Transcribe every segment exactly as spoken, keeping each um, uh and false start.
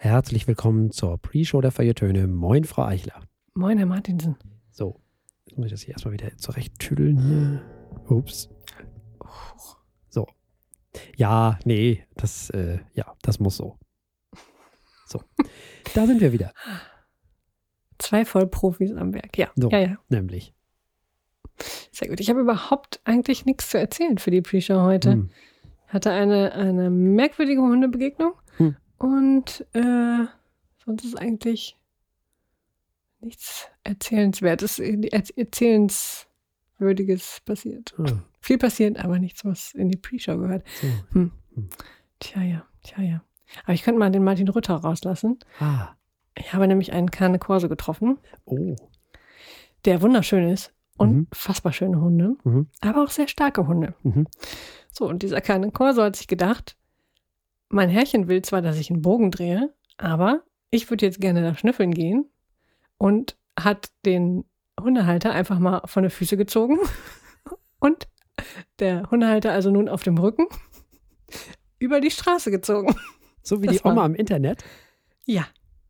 Herzlich willkommen zur Pre-Show der Feuilletöne. Moin, Frau Eichler. Moin, Herr Martinsen. So, jetzt muss ich das hier erstmal wieder zurechttüdeln hier. Ups. So. Ja, nee, das, äh, ja, das muss so. So, da sind wir wieder. Zwei Vollprofis am Werk, ja. So, ja, ja. nämlich. Sehr gut. Ich habe überhaupt eigentlich nichts zu erzählen für die Pre-Show heute. Hm. Ich hatte eine, eine merkwürdige Hundebegegnung Hm. und äh, sonst ist eigentlich nichts Erzählenswertes, Erzählenswürdiges passiert. Ah. Viel passiert, aber nichts, was in die Pre-Show gehört. So. Hm. Hm. Tja, ja, tja, ja. Aber ich könnte mal den Martin Rütter rauslassen. Ah. Ich habe nämlich einen Cane Corso getroffen, Oh. der wunderschön ist. Und Mhm. fassbar schöne Hunde, Mhm. aber auch sehr starke Hunde. Mhm. So, und dieser Cane Corso hat sich gedacht, mein Herrchen will zwar, dass ich einen Bogen drehe, aber ich würde jetzt gerne da schnüffeln gehen und hat den Hundehalter einfach mal von den Füßen gezogen und der Hundehalter also nun auf dem Rücken über die Straße gezogen. So wie Das die Oma war- im Internet. Ja.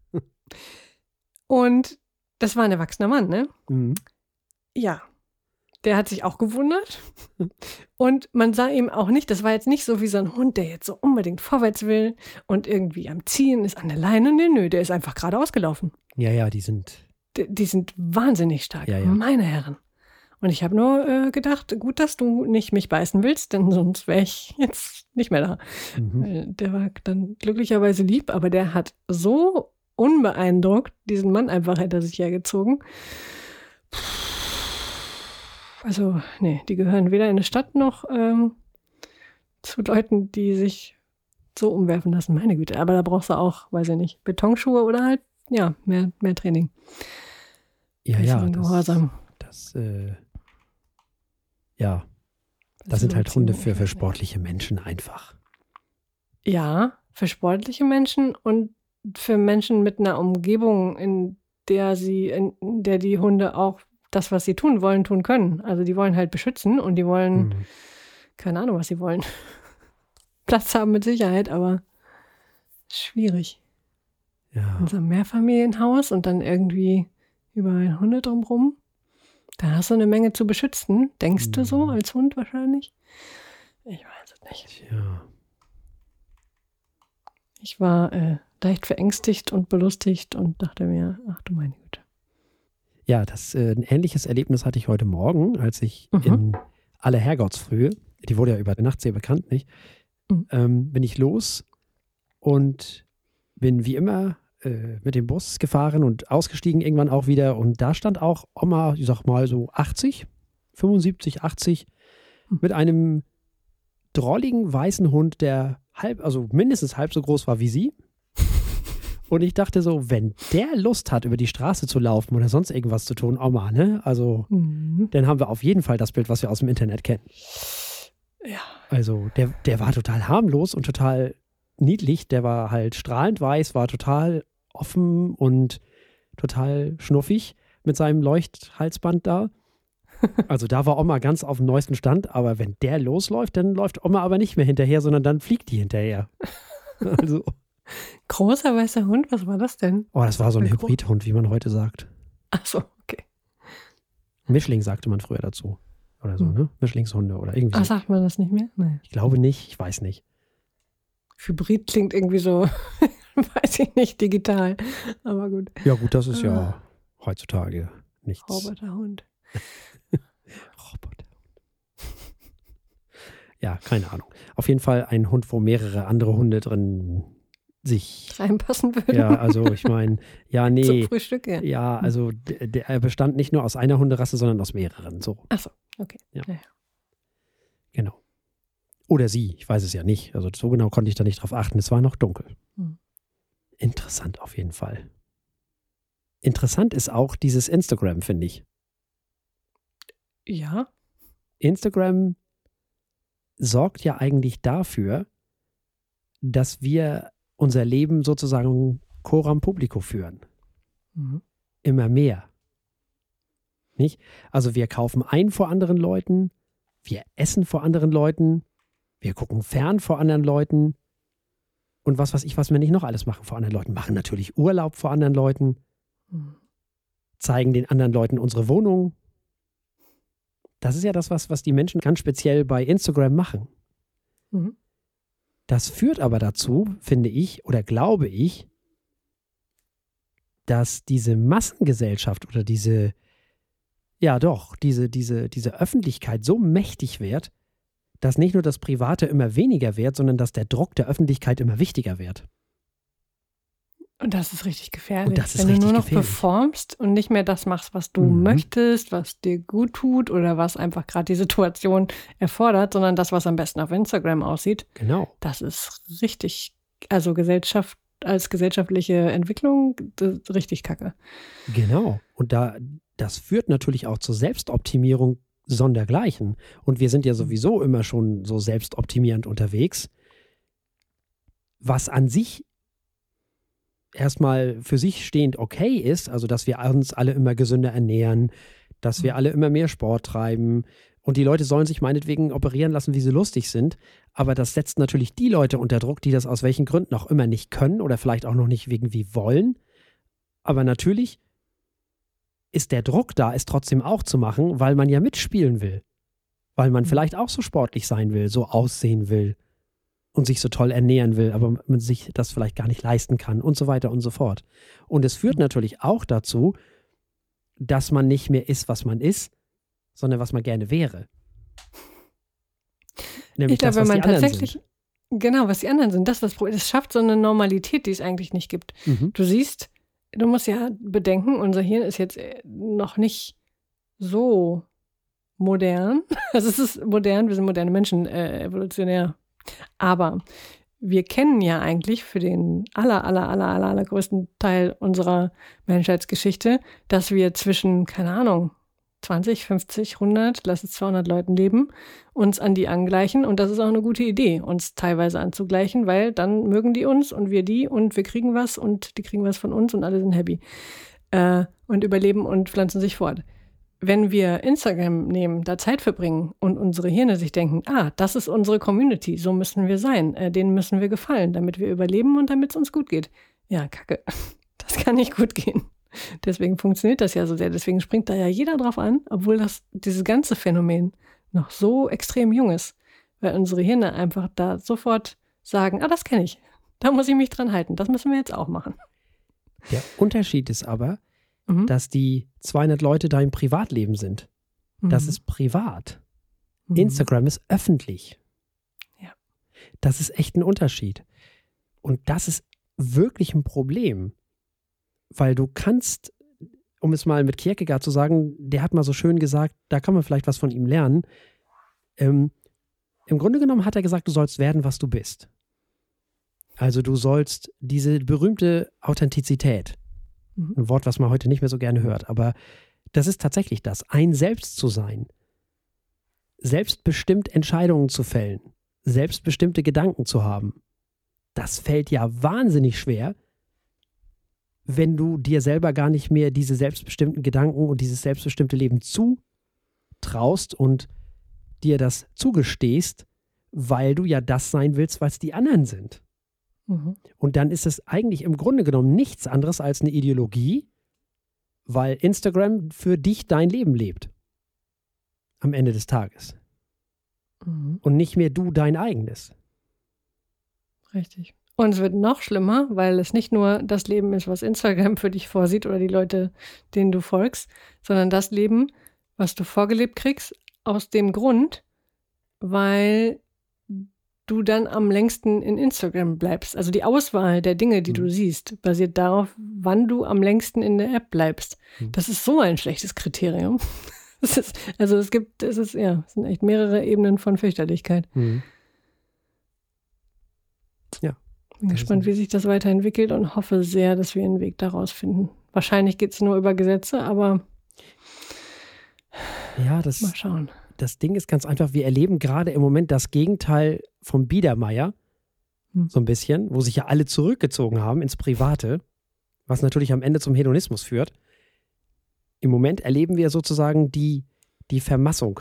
Und das war ein erwachsener Mann, ne? Mhm. Ja, der hat sich auch gewundert und man sah ihm auch nicht, das war jetzt nicht so wie so ein Hund, der jetzt so unbedingt vorwärts will und irgendwie am Ziehen ist an der Leine. Nee, nö, der ist einfach geradeaus gelaufen. Ja, ja, die sind. Die, die sind wahnsinnig stark, Ja, ja. meine Herren. Und ich habe nur äh, gedacht, gut, dass du nicht mich beißen willst, denn sonst wäre ich jetzt nicht mehr da. Mhm. Weil Der war dann glücklicherweise lieb, aber der hat so unbeeindruckt diesen Mann einfach hinter sich hergezogen. Also, nee, die gehören weder in eine Stadt noch ähm, zu Leuten, die sich so umwerfen lassen. Meine Güte, aber da brauchst du auch, weiß ich nicht, Betonschuhe oder halt, ja, mehr, mehr Training. Ja, ja. Besseren Das, Gehorsam. das äh, ja, das sind halt Hunde für, für sportliche Menschen einfach. Ja, für sportliche Menschen und für Menschen mit einer Umgebung, in der sie, in der die Hunde auch das, was sie tun wollen, tun können. Also die wollen halt beschützen und die wollen, Mhm. keine Ahnung, was sie wollen. Platz haben mit Sicherheit, aber schwierig. Ja. In so einem Mehrfamilienhaus und dann irgendwie überall Hunde drumrum. Da hast du eine Menge zu beschützen. Denkst du so, Mhm. als Hund wahrscheinlich? Ich weiß es nicht. Tja. Ich war äh, leicht verängstigt und belustigt und dachte mir, ach du meine Güte. Ja, das, äh, ein ähnliches Erlebnis hatte ich heute Morgen, als ich Mhm. in aller Herrgottsfrühe, die wurde ja über Nacht sehr bekannt, nicht? Mhm. Ähm, bin ich los und bin wie immer äh, mit dem Bus gefahren und ausgestiegen irgendwann auch wieder. Und da stand auch Oma, ich sag mal so achtzig, fünfundsiebzig, achtzig, Mhm. mit einem drolligen weißen Hund, der halb, also mindestens halb so groß war wie sie. Und ich dachte so, wenn der Lust hat, über die Straße zu laufen oder sonst irgendwas zu tun, Oma, ne? Also, Mhm. dann haben wir auf jeden Fall das Bild, was wir aus dem Internet kennen. Ja. Also, der, der war total harmlos und total niedlich. Der war halt strahlend weiß, war total offen und total schnuffig mit seinem Leuchthalsband da. Also, da war Oma ganz auf dem neuesten Stand. Aber wenn der losläuft, dann läuft Oma aber nicht mehr hinterher, sondern dann fliegt die hinterher. Also, Großer weißer Hund, was war das denn? oh, das war so ein Wie groß? Hybridhund, wie man heute sagt. Ach so, okay. Mischling sagte man früher dazu. Oder so, Hm. ne? Mischlingshunde oder irgendwie Ach, so. sagt man das nicht mehr? Nein. Ich glaube nicht, ich weiß nicht. Hybrid klingt irgendwie so, weiß ich nicht, digital. Aber gut. Ja gut, das ist ja heutzutage nichts. Roboterhund. Roboter. Ja, keine Ahnung. Auf jeden Fall ein Hund, wo mehrere andere Hunde drin sich... Reinpassen würden. Ja, also ich meine, ja, Zum nee. Frühstück, ja. Ja, also der, der er bestand nicht nur aus einer Hunderasse, sondern aus mehreren. So, Ach so, okay. Ja. Ja. genau. Oder sie, ich weiß es ja nicht. Also so genau konnte ich da nicht drauf achten. Es war noch dunkel. Hm. Interessant auf jeden Fall. Interessant ist auch dieses Instagram, finde ich. Ja. Instagram sorgt ja eigentlich dafür, dass wir unser Leben sozusagen coram publico führen. Mhm. Immer mehr. Nicht? Also wir kaufen ein vor anderen Leuten, wir essen vor anderen Leuten, wir gucken fern vor anderen Leuten. Und was weiß ich, was wir nicht noch alles machen vor anderen Leuten. Machen natürlich Urlaub vor anderen Leuten. Mhm. Zeigen den anderen Leuten unsere Wohnung. Das ist ja das, was, was die Menschen ganz speziell bei Instagram machen. Mhm. Das führt aber dazu, finde ich, oder glaube ich, dass diese Massengesellschaft oder diese, ja doch, diese, diese, diese Öffentlichkeit so mächtig wird, dass nicht nur das Private immer weniger wird, sondern dass der Druck der Öffentlichkeit immer wichtiger wird. Und das ist richtig gefährlich. Und das ist Wenn richtig du nur noch gefährlich. performst und nicht mehr das machst, was du Mhm. möchtest, was dir gut tut oder was einfach gerade die Situation erfordert, sondern das, was am besten auf Instagram aussieht, Genau. das ist richtig, also Gesellschaft als gesellschaftliche Entwicklung, das ist richtig kacke. Genau. Und da, das führt natürlich auch zur Selbstoptimierung sondergleichen. Und wir sind ja sowieso immer schon so selbstoptimierend unterwegs, was an sich erstmal für sich stehend okay ist, also dass wir uns alle immer gesünder ernähren, dass wir alle immer mehr Sport treiben und die Leute sollen sich meinetwegen operieren lassen, wie sie lustig sind, aber das setzt natürlich die Leute unter Druck, die das aus welchen Gründen auch immer nicht können oder vielleicht auch noch nicht irgendwie wollen, aber natürlich ist der Druck da, es trotzdem auch zu machen, weil man ja mitspielen will, weil man vielleicht auch so sportlich sein will, so aussehen will und sich so toll ernähren will, aber man sich das vielleicht gar nicht leisten kann und so weiter und so fort. Und es führt natürlich auch dazu, dass man nicht mehr ist, was man ist, sondern was man gerne wäre. Nämlich Ich glaube, das, was wenn die man anderen tatsächlich, sind. genau, was die anderen sind, das ist das Problem. Es schafft so eine Normalität, die es eigentlich nicht gibt. Mhm. Du siehst, du musst ja bedenken, unser Hirn ist jetzt äh, noch nicht so modern. Also es ist modern, wir sind moderne Menschen, äh, evolutionär. Aber wir kennen ja eigentlich für den aller, aller, aller, aller, allergrößten Teil unserer Menschheitsgeschichte, dass wir zwischen, keine Ahnung, zwanzig, fünfzig, hundert, lass es zweihundert Leuten leben, uns an die angleichen. Und das ist auch eine gute Idee, uns teilweise anzugleichen, weil dann mögen die uns und wir die und wir kriegen was und die kriegen was von uns und alle sind happy äh, und überleben und pflanzen sich fort. Wenn wir Instagram nehmen, da Zeit verbringen und unsere Hirne sich denken, ah, das ist unsere Community, so müssen wir sein, äh, denen müssen wir gefallen, damit wir überleben und damit es uns gut geht. Ja, kacke, das kann nicht gut gehen. Deswegen funktioniert das ja so sehr, deswegen springt da ja jeder drauf an, obwohl das dieses ganze Phänomen noch so extrem jung ist, weil unsere Hirne einfach da sofort sagen, ah, das kenne ich, da muss ich mich dran halten, das müssen wir jetzt auch machen. Der Unterschied ist aber, Mhm. dass die zweihundert Leute da im Privatleben sind. Das Mhm. ist privat. Mhm. Instagram ist öffentlich. Ja. Das ist echt ein Unterschied. Und das ist wirklich ein Problem. Weil du kannst, um es mal mit Kierkegaard zu sagen, der hat mal so schön gesagt, da kann man vielleicht was von ihm lernen. Ähm, Im Grunde genommen hat er gesagt, du sollst werden, was du bist. Also du sollst diese berühmte Authentizität, Mhm. ein Wort, was man heute nicht mehr so gerne hört, aber das ist tatsächlich das, ein Selbst zu sein, selbstbestimmt Entscheidungen zu fällen, selbstbestimmte Gedanken zu haben. Das fällt ja wahnsinnig schwer, wenn du dir selber gar nicht mehr diese selbstbestimmten Gedanken und dieses selbstbestimmte Leben zutraust und dir das zugestehst, weil du ja das sein willst, was die anderen sind. Mhm. Und dann ist es eigentlich im Grunde genommen nichts anderes als eine Ideologie, weil Instagram für dich dein Leben lebt. Am Ende des Tages. Mhm. Und nicht mehr du dein eigenes. Richtig. Und es wird noch schlimmer, weil es nicht nur das Leben ist, was Instagram für dich vorsieht oder die Leute, denen du folgst, sondern das Leben, was du vorgelebt kriegst, aus dem Grund, weil du dann am längsten in Instagram bleibst. Also die Auswahl der Dinge, die Mhm. du siehst, basiert darauf, wann du am längsten in der App bleibst. Mhm. Das ist so ein schlechtes Kriterium. Es ist, also es gibt, es ist, ja, es sind echt mehrere Ebenen von Fürchterlichkeit. Mhm. Ja. Bin Das gespannt, ist- wie sich das weiterentwickelt und hoffe sehr, dass wir einen Weg daraus finden. Wahrscheinlich geht es nur über Gesetze, aber Ja, das, mal schauen. das Ding ist ganz einfach, wir erleben gerade im Moment das Gegenteil vom Biedermeier, Hm. so ein bisschen, wo sich ja alle zurückgezogen haben ins Private, was natürlich am Ende zum Hedonismus führt. Im Moment erleben wir sozusagen die, die Vermassung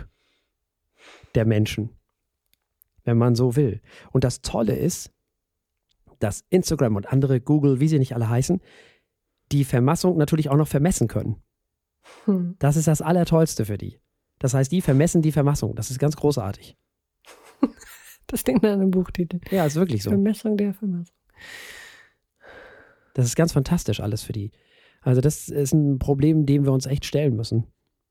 der Menschen, wenn man so will. Und das Tolle ist, dass Instagram und andere, Google, wie sie nicht alle heißen, die Vermassung natürlich auch noch vermessen können. Hm. Das ist das Allertollste für die. Das heißt, die vermessen die Vermassung. Das ist ganz großartig. Das Ding an einem Buchtitel. Ja, ist wirklich so. Vermessung der Vermessung. Das ist ganz fantastisch alles für die. Also das ist ein Problem, dem wir uns echt stellen müssen.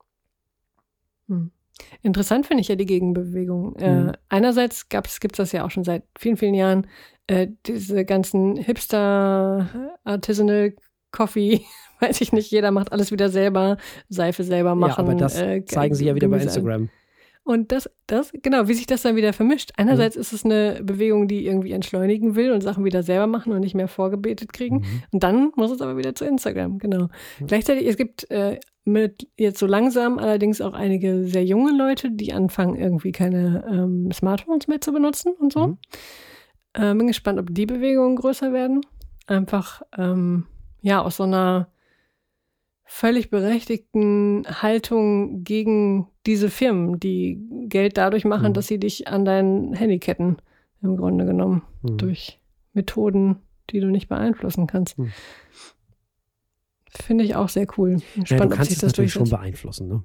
Hm. Interessant finde ich ja die Gegenbewegung. Mhm. Äh, einerseits gibt es das ja auch schon seit vielen, vielen Jahren, äh, diese ganzen Hipster Artisanal Coffee, weiß ich nicht, jeder macht alles wieder selber, Seife selber machen. Ja, aber das äh, zeigen sie ja wieder bei Gemüse an. Instagram. Und das, das, genau, wie sich das dann wieder vermischt. Einerseits mhm. ist es eine Bewegung, die irgendwie entschleunigen will und Sachen wieder selber machen und nicht mehr vorgebetet kriegen. Mhm. Und dann muss es aber wieder zu Instagram, genau. Mhm. Gleichzeitig, es gibt äh, mit jetzt so langsam allerdings auch einige sehr junge Leute, die anfangen, irgendwie keine ähm, Smartphones mehr zu benutzen und so. Mhm. Äh, bin gespannt, ob die Bewegungen größer werden. Einfach, ähm, ja, aus so einer völlig berechtigten Haltung gegen diese Firmen, die Geld dadurch machen, mhm. dass sie dich an dein Handy ketten, im Grunde genommen, mhm. durch Methoden, die du nicht beeinflussen kannst. Mhm. Finde ich auch sehr cool. Spannend, ja, du ob kannst sich es das natürlich durchsetzt. schon beeinflussen, ne?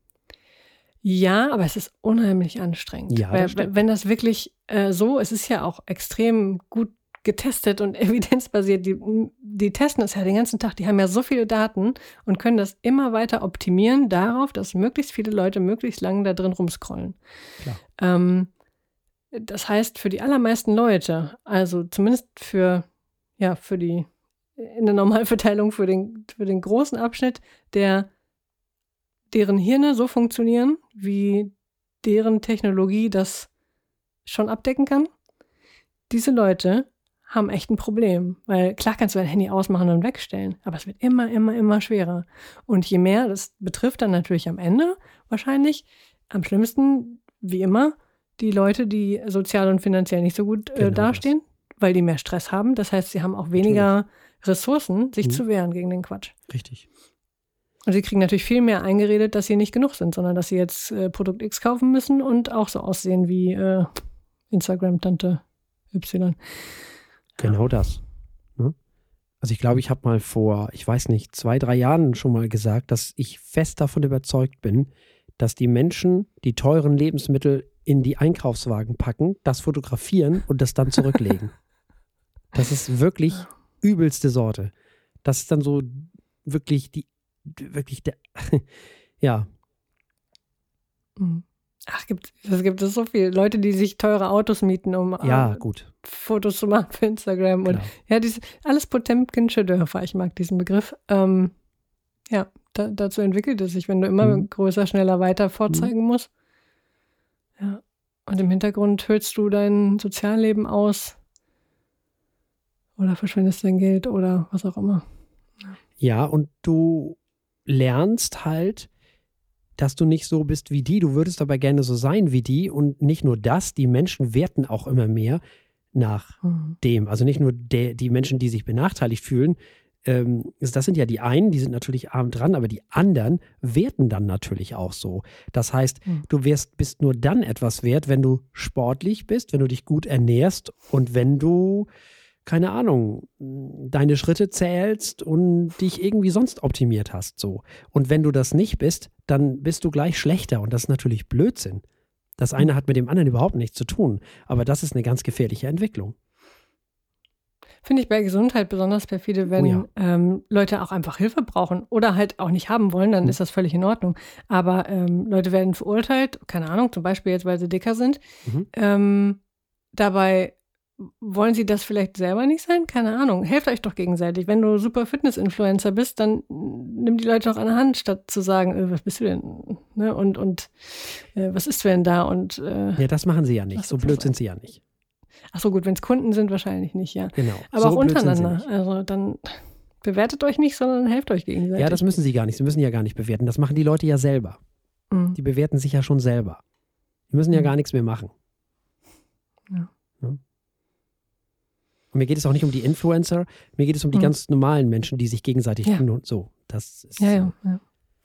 Ja, aber es ist unheimlich anstrengend. Ja, Weil, das stimmt. wenn das wirklich äh, so, es ist ja auch extrem gut getestet und evidenzbasiert. Die, die testen es ja den ganzen Tag. Die haben ja so viele Daten und können das immer weiter optimieren darauf, dass möglichst viele Leute möglichst lange da drin rumscrollen. Klar. Ähm, das heißt, für die allermeisten Leute, also zumindest für, ja, für die, in der Normalverteilung für den, für den großen Abschnitt, der, deren Hirne so funktionieren, wie deren Technologie das schon abdecken kann, diese Leute haben echt ein Problem. Weil klar kannst du dein Handy ausmachen und wegstellen, aber es wird immer, immer, immer schwerer. Und je mehr, das betrifft dann natürlich am Ende wahrscheinlich, am schlimmsten, wie immer, die Leute, die sozial und finanziell nicht so gut äh, Genau dastehen, weil die mehr Stress haben. Das heißt, sie haben auch weniger Ressourcen, sich mhm. zu wehren gegen den Quatsch. Richtig. Und sie kriegen natürlich viel mehr eingeredet, dass sie nicht genug sind, sondern dass sie jetzt äh, Produkt X kaufen müssen und auch so aussehen wie äh, Instagram-Tante Y. Genau das. Ne? Also ich glaube, ich habe mal vor, ich weiß nicht, zwei, drei Jahren schon mal gesagt, dass ich fest davon überzeugt bin, dass die Menschen die teuren Lebensmittel in die Einkaufswagen packen, das fotografieren und das dann zurücklegen. Das ist wirklich übelste Sorte. Das ist dann so wirklich die, wirklich der, ja. Ach, gibt, es gibt so viele Leute, die sich teure Autos mieten, um ja, äh, gut. Fotos zu machen für Instagram. Und Klar. ja, dieses, alles Potemkinsche Dörfer, ich mag diesen Begriff. Ähm, ja, da, dazu entwickelt es sich, wenn du immer mhm. größer, schneller, weiter vorzeigen mhm. musst. Ja. Und im Hintergrund hüllst du dein Sozialleben aus oder verschwendest dein Geld oder was auch immer. Ja, ja, und du lernst halt, dass du nicht so bist wie die, du würdest aber gerne so sein wie die und nicht nur das, die Menschen werten auch immer mehr nach mhm. dem, also nicht nur der, die Menschen, die sich benachteiligt fühlen, ähm, das sind ja die einen, die sind natürlich arm dran, aber die anderen werten dann natürlich auch so. Das heißt, mhm. du wirst, bist nur dann etwas wert, wenn du sportlich bist, wenn du dich gut ernährst und wenn du keine Ahnung, deine Schritte zählst und dich irgendwie sonst optimiert hast, so. Und wenn du das nicht bist, dann bist du gleich schlechter und das ist natürlich Blödsinn. Das eine hat mit dem anderen überhaupt nichts zu tun, aber das ist eine ganz gefährliche Entwicklung. Finde ich bei Gesundheit besonders perfide, wenn oh ja. ähm, Leute auch einfach Hilfe brauchen oder halt auch nicht haben wollen, dann hm. ist das völlig in Ordnung. Aber ähm, Leute werden verurteilt, keine Ahnung, zum Beispiel jetzt, weil sie dicker sind. Mhm. Ähm, dabei wollen sie das vielleicht selber nicht sein? Keine Ahnung. Helft euch doch gegenseitig. Wenn du super Fitness-Influencer bist, dann nimm die Leute doch an der Hand, statt zu sagen, äh, was bist du denn? Ne? Und, und äh, was ist denn da? Und, äh, ja, das machen sie ja nicht. So blöd sind sie ja nicht. Ach so, gut, wenn es Kunden sind, wahrscheinlich nicht, ja. Genau. Aber so auch untereinander. Also dann bewertet euch nicht, sondern helft euch gegenseitig. Ja, das müssen sie gar nicht. Sie müssen ja gar nicht bewerten. Das machen die Leute ja selber. Mhm. Die bewerten sich ja schon selber. Die müssen ja mhm. gar nichts mehr machen. Ja. ja. Und mir geht es auch nicht um die Influencer, mir geht es um die mhm. ganz normalen Menschen, die sich gegenseitig ja. tun und so. Das ist ja, ja, ja.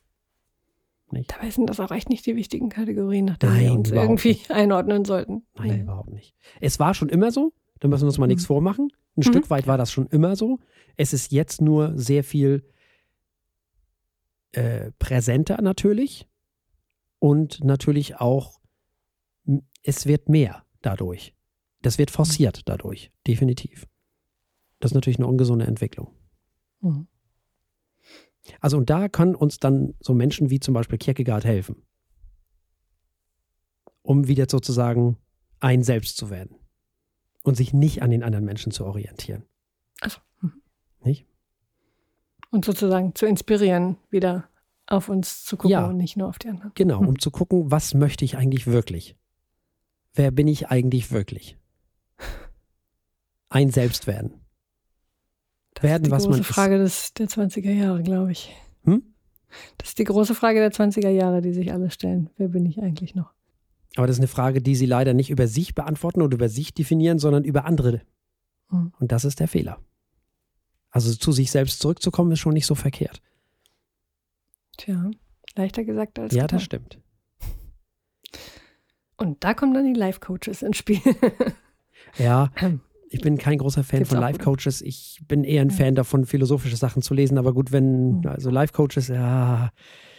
Nicht. Dabei sind das auch echt nicht die wichtigen Kategorien, nach denen Nein, wir uns irgendwie nicht. einordnen sollten. Nein, nee. überhaupt nicht. Es war schon immer so, da müssen wir uns mal mhm. nichts vormachen. Ein mhm. Stück weit war das schon immer so. Es ist jetzt nur sehr viel äh, präsenter natürlich und natürlich auch, es wird mehr dadurch. Das wird forciert dadurch, definitiv. Das ist natürlich eine ungesunde Entwicklung. Mhm. Also und da können uns dann so Menschen wie zum Beispiel Kierkegaard helfen, um wieder sozusagen ein Selbst zu werden und sich nicht an den anderen Menschen zu orientieren. Also, hm. Nicht? Und sozusagen zu inspirieren, wieder auf uns zu gucken ja, und nicht nur auf die anderen. Genau, hm. um zu gucken, was möchte ich eigentlich wirklich? Wer bin ich eigentlich wirklich? Ein Selbst werden. Das werden, ist die was große man Frage ist. des, der zwanziger Jahre, glaube ich. Hm? Das ist die große Frage der zwanziger Jahre, die sich alle stellen. Wer bin ich eigentlich noch? Aber das ist eine Frage, die sie leider nicht über sich beantworten oder über sich definieren, sondern über andere. Hm. Und das ist der Fehler. Also zu sich selbst zurückzukommen, ist schon nicht so verkehrt. Tja, leichter gesagt als Ja, getan. das stimmt. Und da kommen dann die Life-Coaches ins Spiel. Ja, ich bin kein großer Fan Gibt's von auch, Life-Coaches. Ich bin eher ein ja. Fan davon, philosophische Sachen zu lesen. Aber gut, wenn, also Life-Coaches, ja.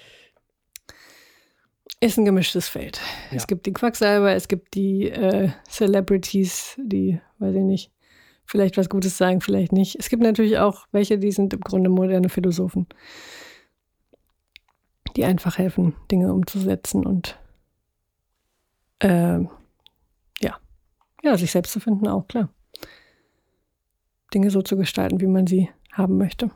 Ist ein gemischtes Feld. Ja. Es gibt die Quacksalber, es gibt die äh, Celebrities, die, weiß ich nicht, vielleicht was Gutes sagen, vielleicht nicht. Es gibt natürlich auch welche, die sind im Grunde moderne Philosophen, die einfach helfen, Dinge umzusetzen und äh, ja, ja, sich selbst zu finden auch, klar. Dinge so zu gestalten, wie man sie haben möchte.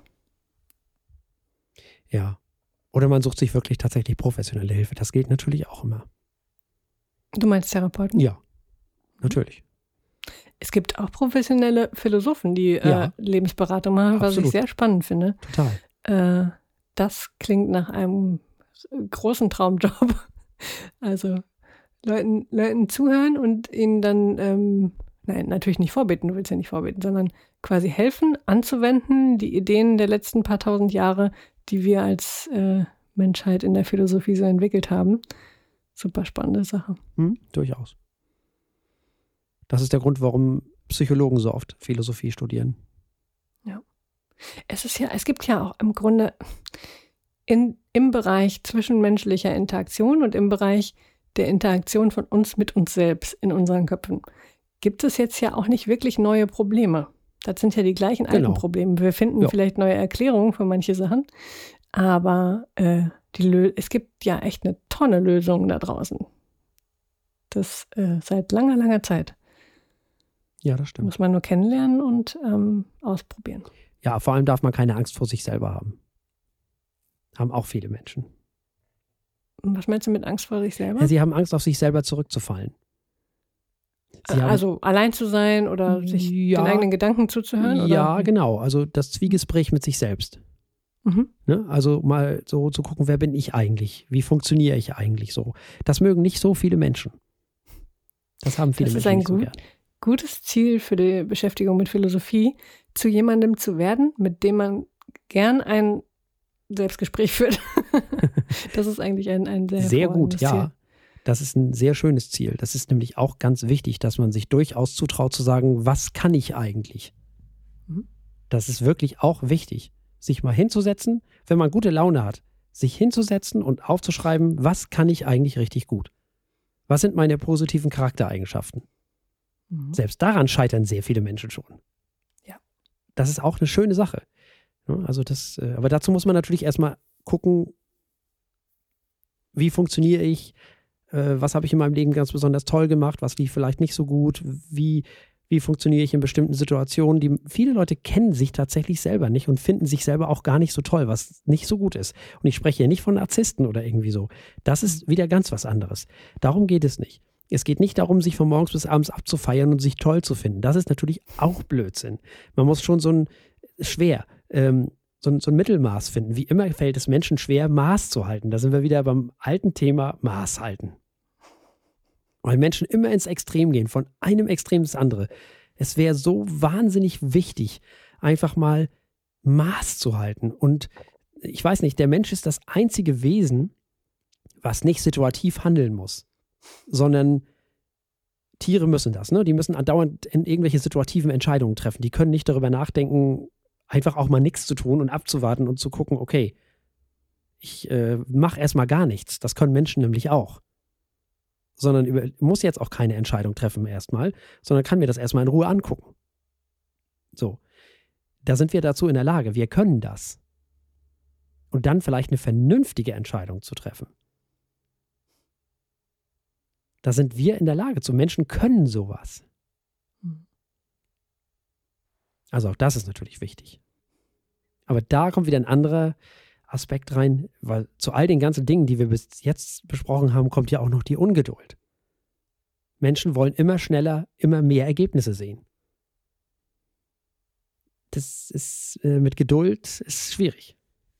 Ja. Oder man sucht sich wirklich tatsächlich professionelle Hilfe. Das gilt natürlich auch immer. Du meinst Therapeuten? Ja, natürlich. Es gibt auch professionelle Philosophen, die ja. äh, Lebensberatung machen, Absolut. was ich sehr spannend finde. Total. Äh, das klingt nach einem großen Traumjob. Also Leuten, Leuten zuhören und ihnen dann, ähm, nein, natürlich nicht vorbeten, du willst ja nicht vorbeten, sondern quasi helfen, anzuwenden, die Ideen der letzten paar tausend Jahre, die wir als äh, Menschheit in der Philosophie so entwickelt haben. Super spannende Sache. Hm, durchaus. Das ist der Grund, warum Psychologen so oft Philosophie studieren. Ja. Es ist ja, es gibt ja auch im Grunde in, im Bereich zwischenmenschlicher Interaktion und im Bereich der Interaktion von uns mit uns selbst in unseren Köpfen, gibt es jetzt ja auch nicht wirklich neue Probleme. Das sind ja die gleichen alten genau. Probleme. Wir finden ja. vielleicht neue Erklärungen für manche Sachen, aber äh, die Lö- es gibt ja echt eine Tonne Lösungen da draußen. Das äh, seit langer, langer Zeit. Ja, das stimmt. Muss man nur kennenlernen und ähm, ausprobieren. Ja, vor allem darf man keine Angst vor sich selber haben. Haben auch viele Menschen. Was meinst du mit Angst vor sich selber? Ja, sie haben Angst, auf sich selber zurückzufallen. Sie also haben, allein zu sein oder sich ja, den eigenen Gedanken zuzuhören? Ja, oder? genau. Also das Zwiegespräch mit sich selbst. Mhm. Ne? Also mal so zu gucken, wer bin ich eigentlich? Wie funktioniere ich eigentlich so? Das mögen nicht so viele Menschen. Das haben viele das Menschen ist ein nicht gut, so gern. Gutes Ziel für die Beschäftigung mit Philosophie, zu jemandem zu werden, mit dem man gern ein Selbstgespräch führt. Das ist eigentlich ein, ein sehr Sehr gut, ja. Ziel. Das ist ein sehr schönes Ziel. Das ist nämlich auch ganz wichtig, dass man sich durchaus zutraut zu sagen, was kann ich eigentlich? Mhm. Das ist wirklich auch wichtig, sich mal hinzusetzen, wenn man gute Laune hat, sich hinzusetzen und aufzuschreiben, was kann ich eigentlich richtig gut? Was sind meine positiven Charaktereigenschaften? Mhm. Selbst daran scheitern sehr viele Menschen schon. Ja. Das ist auch eine schöne Sache. Also das, aber dazu muss man natürlich erstmal gucken, wie funktioniere ich, was habe ich in meinem Leben ganz besonders toll gemacht, was lief vielleicht nicht so gut, wie, wie funktioniere ich in bestimmten Situationen. Die, viele Leute kennen sich tatsächlich selber nicht und finden sich selber auch gar nicht so toll, was nicht so gut ist. Und ich spreche hier nicht von Narzissten oder irgendwie so. Das ist wieder ganz was anderes. Darum geht es nicht. Es geht nicht darum, sich von morgens bis abends abzufeiern und sich toll zu finden. Das ist natürlich auch Blödsinn. Man muss schon so ein, schwer, ähm, so ein, so ein Mittelmaß finden. Wie immer fällt es Menschen schwer, Maß zu halten. Da sind wir wieder beim alten Thema Maß halten. Weil Menschen immer ins Extrem gehen, von einem Extrem ins andere. Es wäre so wahnsinnig wichtig, einfach mal Maß zu halten. Und ich weiß nicht, der Mensch ist das einzige Wesen, was nicht situativ handeln muss, sondern Tiere müssen das, ne? Die müssen andauernd in irgendwelche situativen Entscheidungen treffen. Die können nicht darüber nachdenken, einfach auch mal nichts zu tun und abzuwarten und zu gucken, okay, ich äh, mache erstmal gar nichts. Das können Menschen nämlich auch. Sondern über, muss jetzt auch keine Entscheidung treffen erstmal, sondern kann mir das erstmal in Ruhe angucken. So. Da sind wir dazu in der Lage. Wir können das. Und dann vielleicht eine vernünftige Entscheidung zu treffen. Da sind wir in der Lage zu. Menschen können sowas. Also auch das ist natürlich wichtig. Aber da kommt wieder ein anderer Aspekt rein, weil zu all den ganzen Dingen, die wir bis jetzt besprochen haben, kommt ja auch noch die Ungeduld. Menschen wollen immer schneller, immer mehr Ergebnisse sehen. Das ist äh, mit Geduld ist schwierig.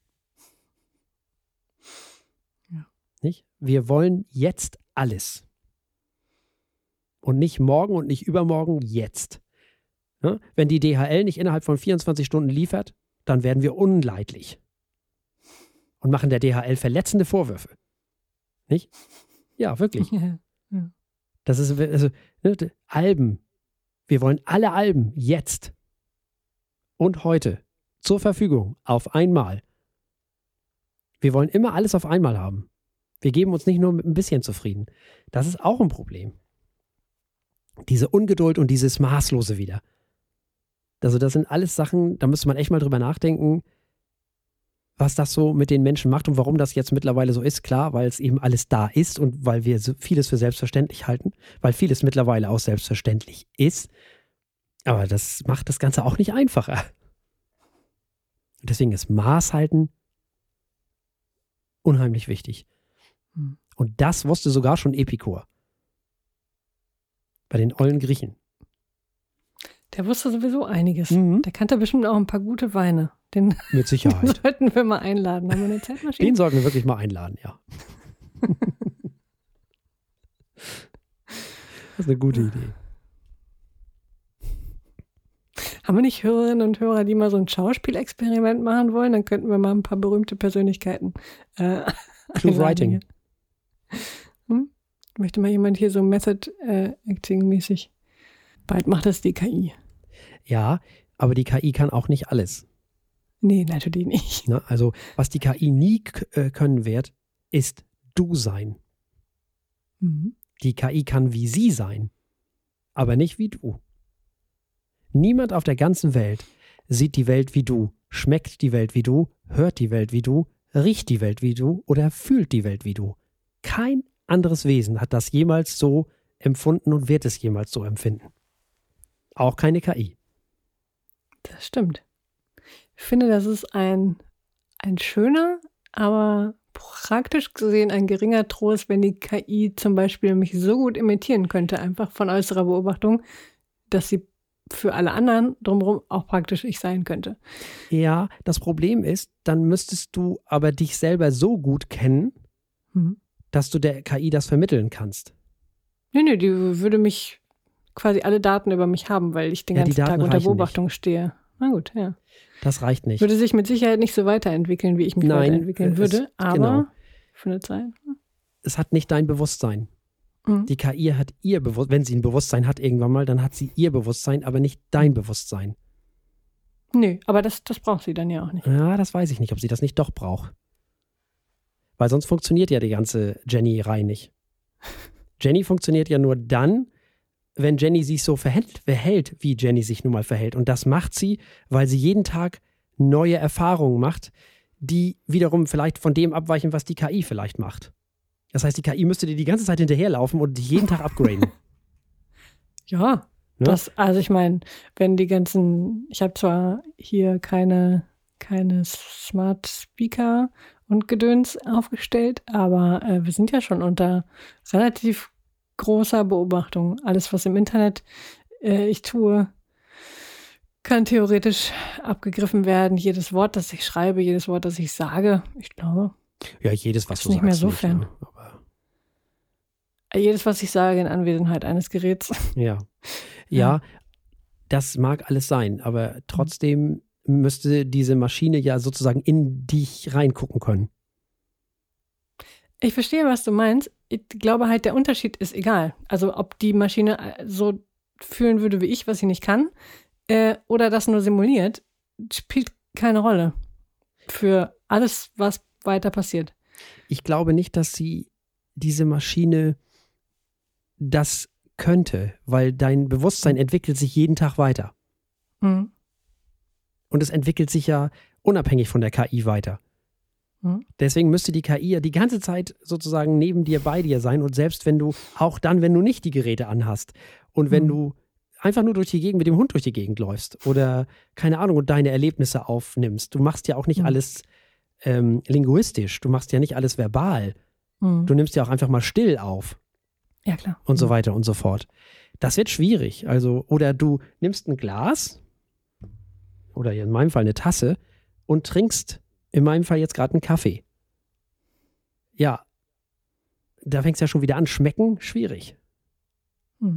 Ja. Nicht? Wir wollen jetzt alles. Und nicht morgen und nicht übermorgen, jetzt. Ja? Wenn die D H L nicht innerhalb von vierundzwanzig Stunden liefert, dann werden wir unleidlich. Und machen der D H L verletzende Vorwürfe. Nicht? Ja, wirklich. Ja, ja. Das ist, also, ne, Alben. Wir wollen alle Alben jetzt und heute zur Verfügung auf einmal. Wir wollen immer alles auf einmal haben. Wir geben uns nicht nur mit ein bisschen zufrieden. Das ist auch ein Problem. Diese Ungeduld und dieses Maßlose wieder. Also das sind alles Sachen, da müsste man echt mal drüber nachdenken, was das so mit den Menschen macht und warum das jetzt mittlerweile so ist. Klar, weil es eben alles da ist und weil wir so vieles für selbstverständlich halten, weil vieles mittlerweile auch selbstverständlich ist. Aber das macht das Ganze auch nicht einfacher. Und deswegen ist Maß halten unheimlich wichtig. Und das wusste sogar schon Epikur. Bei den ollen Griechen. Der wusste sowieso einiges. Mhm. Der kannte bestimmt auch ein paar gute Weine. Den Mit Sicherheit. sollten wir mal einladen. Haben wir eine Zeitmaschine? Den sollten wir wirklich mal einladen, ja. Das ist eine gute Idee. Haben wir nicht Hörerinnen und Hörer, die mal so ein Schauspielexperiment machen wollen? Dann könnten wir mal ein paar berühmte Persönlichkeiten äh, Clue Writing. Hm? Möchte mal jemand hier so Method-Acting-mäßig? Bald macht das die K I. Ja, aber die K I kann auch nicht alles. Nee, natürlich nicht. Ne? Also, was die K I nie k- äh, können wird, ist du sein. Mhm. Die K I kann wie sie sein, aber nicht wie du. Niemand auf der ganzen Welt sieht die Welt wie du, schmeckt die Welt wie du, hört die Welt wie du, riecht die Welt wie du oder fühlt die Welt wie du. Kein anderes Wesen hat das jemals so empfunden und wird es jemals so empfinden. Auch keine K I. Das stimmt. Ich finde, das ist ein, ein schöner, aber praktisch gesehen ein geringer Trost, wenn die K I zum Beispiel mich so gut imitieren könnte, einfach von äußerer Beobachtung, dass sie für alle anderen drumherum auch praktisch ich sein könnte. Ja, das Problem ist, dann müsstest du aber dich selber so gut kennen, Mhm. dass du der K I das vermitteln kannst. Nee, nee, die würde mich quasi alle Daten über mich haben, weil ich den Ja, die ganzen Tag Daten unter reichen Beobachtung stehe. Na gut, ja. Das reicht nicht. Würde sich mit Sicherheit nicht so weiterentwickeln, wie ich mich Nein, weiterentwickeln es- würde, aber genau. für eine Zeit. Es hat nicht dein Bewusstsein. Mhm. Die K I hat ihr Bewusstsein. Wenn sie ein Bewusstsein hat irgendwann mal, dann hat sie ihr Bewusstsein, aber nicht dein Bewusstsein. Nö, aber das, das braucht sie dann ja auch nicht. Ja, das weiß ich nicht, ob sie das nicht doch braucht. Weil sonst funktioniert ja die ganze Jenny-Reihe nicht. Jenny funktioniert ja nur dann, wenn Jenny sich so verhält, verhält, wie Jenny sich nun mal verhält. Und das macht sie, weil sie jeden Tag neue Erfahrungen macht, die wiederum vielleicht von dem abweichen, was die K I vielleicht macht. Das heißt, die K I müsste dir die ganze Zeit hinterherlaufen und dich jeden Tag upgraden. Ja, Ne? das, also ich meine, wenn die ganzen, ich habe zwar hier keine, keine Smart Speaker und Gedöns aufgestellt, aber äh, wir sind ja schon unter relativ großer Beobachtung. Alles, was im Internet äh, ich tue, kann theoretisch abgegriffen werden. Jedes Wort, das ich schreibe, jedes Wort, das ich sage, ich glaube, Ja, jedes, was Ist du nicht mehr sagst. so fern. Ne? Aber, jedes, was ich sage in Anwesenheit eines Geräts. ja. ja, das mag alles sein, aber trotzdem müsste diese Maschine ja sozusagen in dich reingucken können. Ich verstehe, was du meinst. ich glaube halt, der Unterschied ist egal. Also ob die Maschine so fühlen würde wie ich, was sie nicht kann, äh, oder das nur simuliert, spielt keine Rolle für alles, was weiter passiert. Ich glaube nicht, dass sie diese Maschine das könnte, weil dein Bewusstsein entwickelt sich jeden Tag weiter. Mhm. Und es entwickelt sich ja unabhängig von der K I weiter. Mhm. Deswegen müsste die K I ja die ganze Zeit sozusagen neben dir, bei dir sein. Und selbst wenn du, auch dann, wenn du nicht die Geräte anhast und wenn Mhm. du einfach nur durch die Gegend mit dem Hund durch die Gegend läufst oder, keine Ahnung, und deine Erlebnisse aufnimmst. Du machst ja auch nicht Mhm. alles ähm, linguistisch. Du machst ja nicht alles verbal. Mhm. Du nimmst ja auch einfach mal still auf. Ja, klar. Und so weiter und so fort. Das wird schwierig. Also, oder du nimmst ein Glas oder in meinem Fall eine Tasse und trinkst in meinem Fall jetzt gerade einen Kaffee. Ja, da fängt es ja schon wieder an. Schmecken, schwierig. Mhm.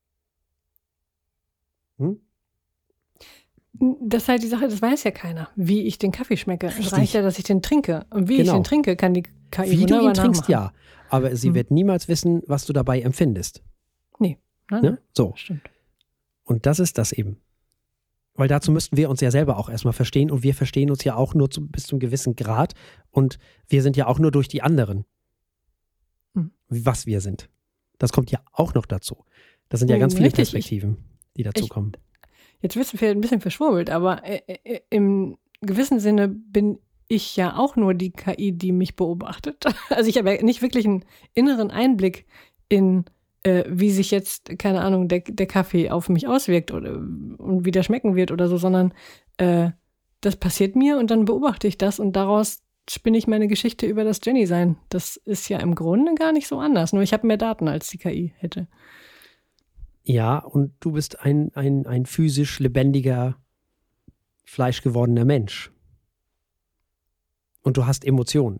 Hm? Das ist halt die Sache, das weiß ja keiner, wie ich den Kaffee schmecke. Es Richtig. reicht ja, dass ich den trinke. Und wie Genau. ich den trinke, kann die K I Wie du wunderbar ihn trinkst, nachmachen. ja. Aber sie Hm. wird niemals wissen, was du dabei empfindest. Nee, nein, Ne? nein, So. stimmt. Und das ist das eben. Weil dazu müssten wir uns ja selber auch erstmal verstehen und wir verstehen uns ja auch nur zu, bis zu einem gewissen Grad und wir sind ja auch nur durch die anderen, Hm. was wir sind. Das kommt ja auch noch dazu. Das sind ja Hm, ganz viele richtig. Perspektiven, die dazu Ich- kommen. Jetzt wirst du vielleicht ein bisschen verschwurbelt, aber äh, äh, im gewissen Sinne bin ich ja auch nur die K I, die mich beobachtet. Also ich habe ja nicht wirklich einen inneren Einblick in, äh, wie sich jetzt, keine Ahnung, der, der Kaffee auf mich auswirkt oder und wie der schmecken wird oder so, sondern äh, das passiert mir und dann beobachte ich das und daraus spinne ich meine Geschichte über das Jenny-Sein. Das ist ja im Grunde gar nicht so anders, nur ich habe mehr Daten, als die K I hätte. Ja, und du bist ein, ein, ein physisch lebendiger, fleischgewordener Mensch. Und du hast Emotionen,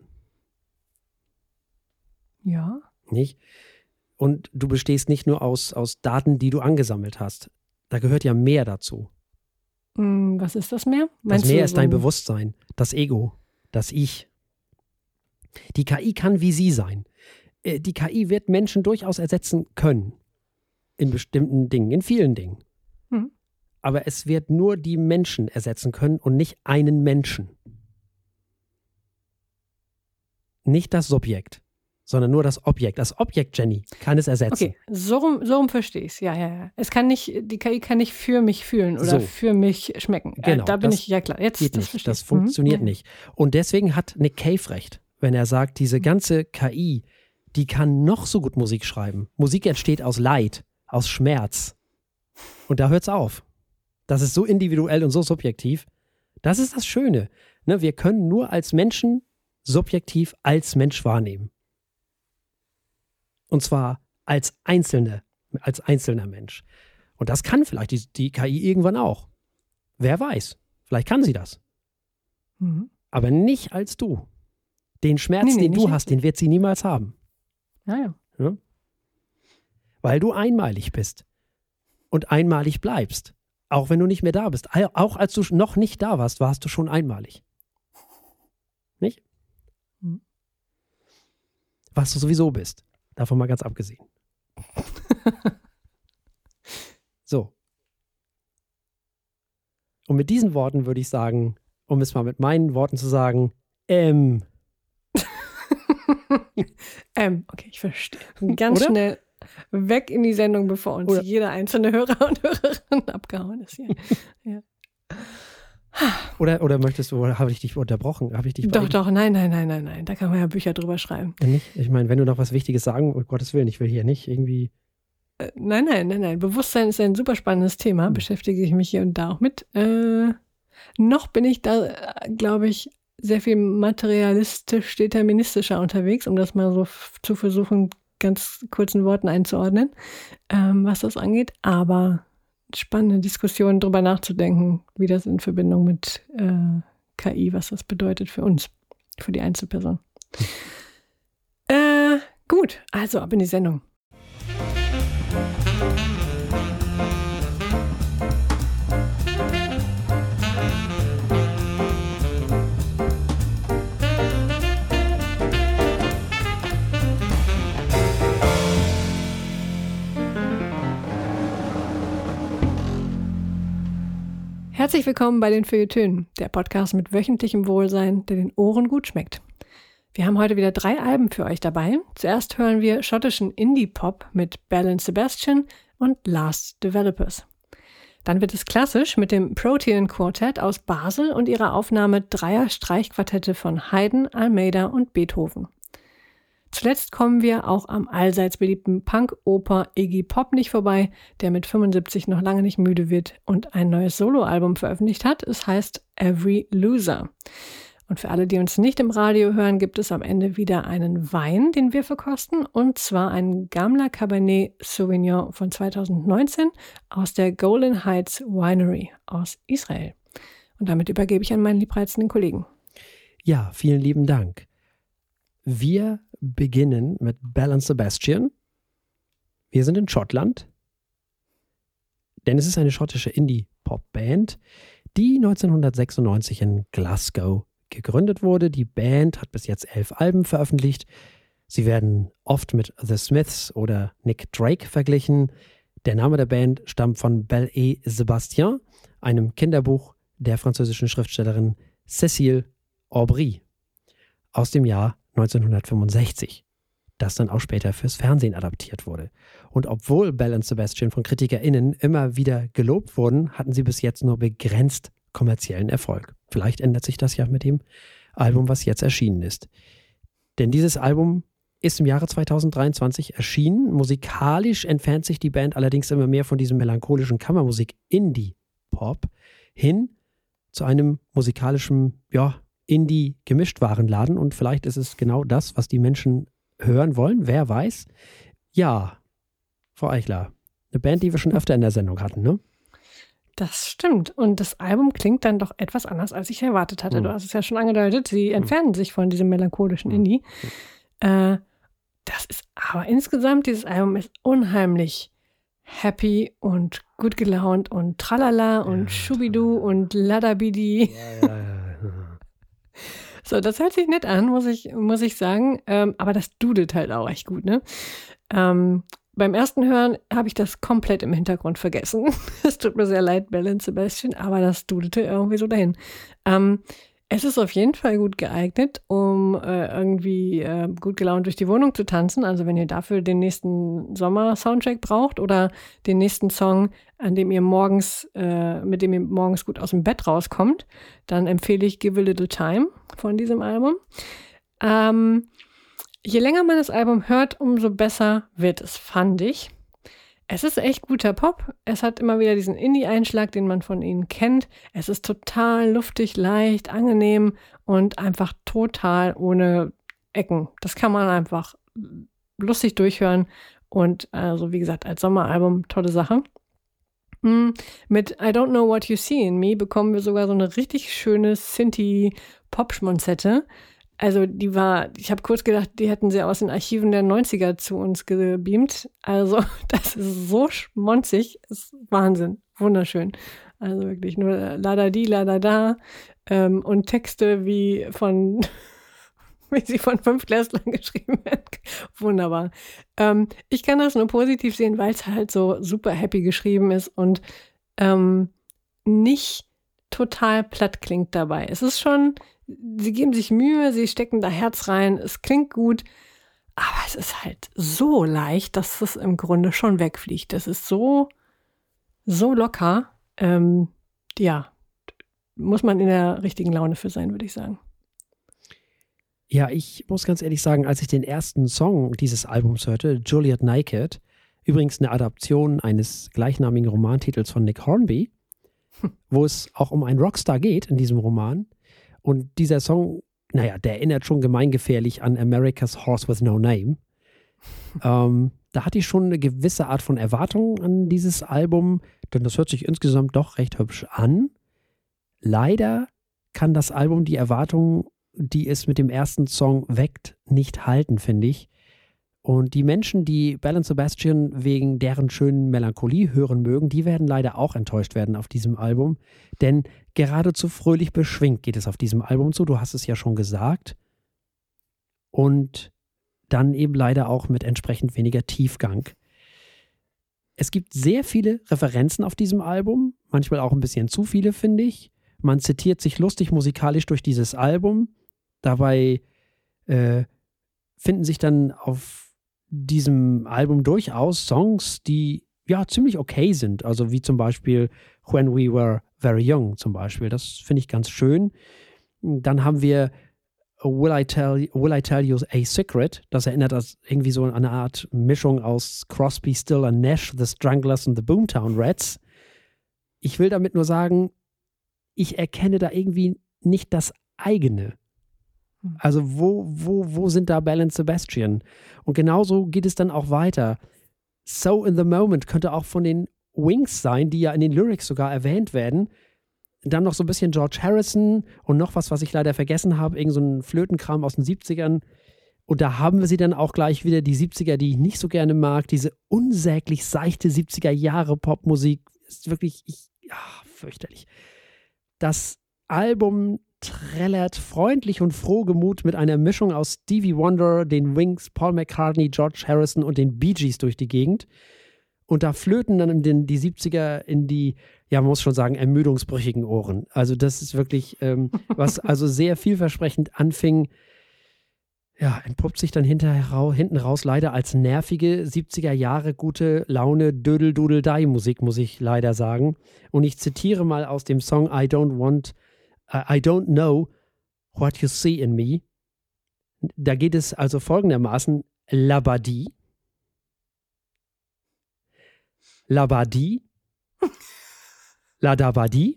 Ja. nicht? Und du bestehst nicht nur aus, aus Daten, die du angesammelt hast. Da gehört ja mehr dazu. Hm, was ist das mehr? Das du Mehr ist so dein ein- Bewusstsein, das Ego, das Ich. Die K I kann wie sie sein. Äh, Die K I wird Menschen durchaus ersetzen können. In bestimmten Dingen, in vielen Dingen. Hm. Aber es wird nur die Menschen ersetzen können und nicht einen Menschen. Nicht das Subjekt, sondern nur das Objekt. Das Objekt, Jenny, kann es ersetzen. Okay, so rum, so rum verstehe ich es. Ja, ja, ja. Es kann nicht, die K I kann nicht für mich fühlen oder So. für mich schmecken. Genau, äh, da bin das ich, ja klar, jetzt Geht das nicht. verstehe Das ich. funktioniert Mhm. nicht. Und deswegen hat Nick Cave recht, wenn er sagt, diese ganze K I, die kann noch so gut Musik schreiben. Musik entsteht aus Leid, aus Schmerz. Und da hört's auf. Das ist so individuell und so subjektiv. Das ist das Schöne. Ne, wir können nur als Menschen subjektiv als Mensch wahrnehmen. Und zwar als Einzelne, als einzelner Mensch. Und das kann vielleicht die, die K I irgendwann auch. Wer weiß. Vielleicht kann sie das. Mhm. Aber nicht als du. Den Schmerz, Nee, nee, den nicht du als hast, den wird sie niemals haben. Ja, ja. Weil du einmalig bist. Und einmalig bleibst. Auch wenn du nicht mehr da bist. Auch als du noch nicht da warst, warst du schon einmalig. Nicht? Mhm. Was du sowieso bist. Davon mal ganz abgesehen. So. Und mit diesen Worten würde ich sagen, um es mal mit meinen Worten zu sagen, ähm, ähm, okay, ich verstehe. Ganz Oder? schnell weg in die Sendung, bevor uns Oder? jeder einzelne Hörer und Hörerin abgehauen ist. Hier. Ja. oder, oder möchtest du, oder habe ich dich unterbrochen? Habe ich dich Doch, doch, nein, nein, nein, nein, nein. Da kann man ja Bücher drüber schreiben. Ja, nicht? Ich meine, wenn du noch was Wichtiges sagen, um Gottes Willen, ich will hier nicht irgendwie. Äh, nein, nein, nein, nein. Bewusstsein ist ein super spannendes Thema. Hm. Beschäftige ich mich hier und da auch mit. Äh, noch bin ich da, äh, glaube ich, sehr viel materialistisch, deterministischer unterwegs, um das mal so f- zu versuchen, ganz kurzen Worten einzuordnen, ähm, was das angeht. Aber spannende Diskussion, darüber nachzudenken, wie das in Verbindung mit äh, K I, was das bedeutet für uns, für die Einzelperson. Äh, gut, also ab in die Sendung. Herzlich willkommen bei den Feuilletönen, der Podcast mit wöchentlichem Wohlsein, der den Ohren gut schmeckt. Wir haben heute wieder drei Alben für euch dabei. Zuerst hören wir schottischen Indie-Pop mit Belle and Sebastian und Last Developers. Dann wird es klassisch mit dem Protean Quartet aus Basel und ihrer Aufnahme dreier Streichquartette von Haydn, Almeida und Beethoven. Zuletzt kommen wir auch am allseits beliebten Punk-Oper Iggy Pop nicht vorbei, der mit fünfundsiebzig noch lange nicht müde wird und ein neues Soloalbum veröffentlicht hat. Es heißt Every Loser. Und für alle, die uns nicht im Radio hören, gibt es am Ende wieder einen Wein, den wir verkosten, und zwar einen Gamla Cabernet Sauvignon von zweitausendneunzehn aus der Golden Heights Winery aus Israel. Und damit übergebe ich an meinen liebreizenden Kollegen. Ja, vielen lieben Dank. Wir beginnen mit Belle and Sebastian. Wir sind in Schottland, denn es ist eine schottische Indie-Pop-Band, die neunzehnhundertsechsundneunzig in Glasgow gegründet wurde. Die Band hat bis jetzt elf Alben veröffentlicht. Sie werden oft mit The Smiths oder Nick Drake verglichen. Der Name der Band stammt von Belle et Sébastien, einem Kinderbuch der französischen Schriftstellerin Cécile Aubry aus dem Jahr neunzehnhundertfünfundsechzig, das dann auch später fürs Fernsehen adaptiert wurde. Und obwohl Belle and Sebastian von KritikerInnen immer wieder gelobt wurden, hatten sie bis jetzt nur begrenzt kommerziellen Erfolg. Vielleicht ändert sich das ja mit dem Album, was jetzt erschienen ist. Denn dieses Album ist im Jahre zweitausenddreiundzwanzig erschienen. Musikalisch entfernt sich die Band allerdings immer mehr von diesem melancholischen Kammermusik-Indie-Pop hin zu einem musikalischen, ja, Indie-Gemischtwarenladen, und vielleicht ist es genau das, was die Menschen hören wollen. Wer weiß? Ja, Frau Eichler, eine Band, die wir schon öfter in der Sendung hatten, ne? Das stimmt. Und das Album klingt dann doch etwas anders, als ich erwartet hatte. Mhm. Du hast es ja schon angedeutet, sie entfernen mhm. sich von diesem melancholischen mhm. Indie. Äh, das ist aber insgesamt, dieses Album ist unheimlich happy und gut gelaunt und tralala und ja, schubidu und ladabidi. Ja, ja, ja. So, das hört sich nett an, muss ich, muss ich sagen. Ähm, aber das dudelt halt auch echt gut, ne? Ähm, beim ersten Hören habe ich das komplett im Hintergrund vergessen. Es tut mir sehr leid, Belle and Sebastian, aber das dudelte irgendwie so dahin. Ähm, es ist auf jeden Fall gut geeignet, um äh, irgendwie äh, gut gelaunt durch die Wohnung zu tanzen. Also wenn ihr dafür den nächsten Sommer-Soundtrack braucht oder den nächsten Song, an dem ihr morgens, äh, mit dem ihr morgens gut aus dem Bett rauskommt, dann empfehle ich Give a Little Time von diesem Album. Ähm, je länger man das Album hört, umso besser wird es, fand ich. Es ist echt guter Pop. Es hat immer wieder diesen Indie-Einschlag, den man von ihnen kennt. Es ist total luftig, leicht, angenehm und einfach total ohne Ecken. Das kann man einfach lustig durchhören. Und also wie gesagt, als Sommeralbum tolle Sache. Mit I Don't Know What You See in Me bekommen wir sogar so eine richtig schöne Synthie-Pop-Schmonzette. Also die war, ich habe kurz gedacht, die hätten sie aus den Archiven der neunziger zu uns gebeamt. Also das ist so schmonzig, ist Wahnsinn, wunderschön. Also wirklich nur ladadi, ladada ähm, und Texte wie von, wie sie von Fünftklässlern geschrieben werden. Wunderbar. Ähm, ich kann das nur positiv sehen, weil es halt so super happy geschrieben ist und ähm, nicht total platt klingt dabei. Es ist schon, sie geben sich Mühe, sie stecken da Herz rein, es klingt gut, aber es ist halt so leicht, dass es im Grunde schon wegfliegt. Das ist so, so locker. Ähm, ja, muss man in der richtigen Laune für sein, würde ich sagen. Ja, ich muss ganz ehrlich sagen, als ich den ersten Song dieses Albums hörte, Juliet Naked, übrigens eine Adaption eines gleichnamigen Romantitels von Nick Hornby, wo es auch um einen Rockstar geht in diesem Roman. Und dieser Song, naja, der erinnert schon gemeingefährlich an America's Horse with No Name. ähm, da hatte ich schon eine gewisse Art von Erwartung an dieses Album, denn das hört sich insgesamt doch recht hübsch an. Leider kann das Album die Erwartungen, die es mit dem ersten Song weckt, nicht halten, finde ich. Und die Menschen, die Belle and Sebastian wegen deren schönen Melancholie hören mögen, die werden leider auch enttäuscht werden auf diesem Album. Denn geradezu fröhlich beschwingt geht es auf diesem Album zu, du hast es ja schon gesagt. Und dann eben leider auch mit entsprechend weniger Tiefgang. Es gibt sehr viele Referenzen auf diesem Album, manchmal auch ein bisschen zu viele, finde ich. Man zitiert sich lustig musikalisch durch dieses Album. Dabei äh, finden sich dann auf diesem Album durchaus Songs, die ja ziemlich okay sind. Also wie zum Beispiel When We Were Very Young zum Beispiel. Das finde ich ganz schön. Dann haben wir Will I Tell, Will I Tell You a Secret? Das erinnert das irgendwie so an eine Art Mischung aus Crosby, Still and Nash, The Stranglers und The Boomtown Rats. Ich will damit nur sagen, ich erkenne da irgendwie nicht das eigene. Also wo, wo, wo sind da Belle und Sebastian? Und genauso geht es dann auch weiter. So in the Moment könnte auch von den Wings sein, die ja in den Lyrics sogar erwähnt werden. Dann noch so ein bisschen George Harrison und noch was, was ich leider vergessen habe, irgend so ein Flötenkram aus den siebzigern. Und da haben wir sie dann auch gleich wieder, die siebziger, die ich nicht so gerne mag. Diese unsäglich seichte siebziger-Jahre-Popmusik ist wirklich, ich, ja, fürchterlich. Das Album trällert freundlich und frohgemut mit einer Mischung aus Stevie Wonder, den Wings, Paul McCartney, George Harrison und den Bee Gees durch die Gegend. Und da flöten dann den, die siebziger in die, ja, man muss schon sagen, ermüdungsbrüchigen Ohren. Also das ist wirklich, ähm, was also sehr vielversprechend anfing, ja, entpuppt sich dann hinterher, hinten raus leider als nervige siebziger Jahre gute Laune Dödel-Dudel-Dei-Musik, muss ich leider sagen. Und ich zitiere mal aus dem Song I Don't Want, uh, I Don't Know What You See in Me. Da geht es also folgendermaßen: Labadi, Labadi, Ladabadi,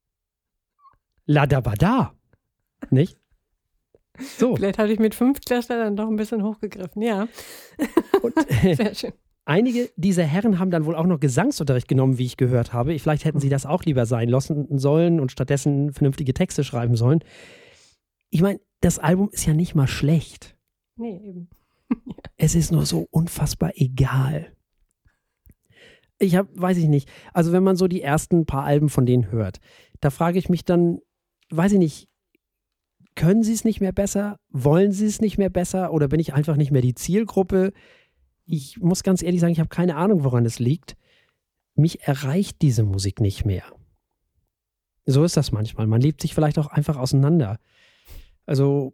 Ladabada. Nicht? So. Vielleicht hatte ich mit Fünftklässler dann doch ein bisschen hochgegriffen, ja. Und, Sehr schön. Einige dieser Herren haben dann wohl auch noch Gesangsunterricht genommen, wie ich gehört habe. Vielleicht hätten sie das auch lieber sein lassen sollen und stattdessen vernünftige Texte schreiben sollen. Ich meine, das Album ist ja nicht mal schlecht. Nee, eben. Ja. Es ist nur so unfassbar egal. Ich habe, weiß ich nicht, also wenn man so die ersten paar Alben von denen hört, da frage ich mich dann, weiß ich nicht, können sie es nicht mehr besser? Wollen sie es nicht mehr besser? Oder bin ich einfach nicht mehr die Zielgruppe? Ich muss ganz ehrlich sagen, ich habe keine Ahnung, woran es liegt. Mich erreicht diese Musik nicht mehr. So ist das manchmal. Man lebt sich vielleicht auch einfach auseinander. Also,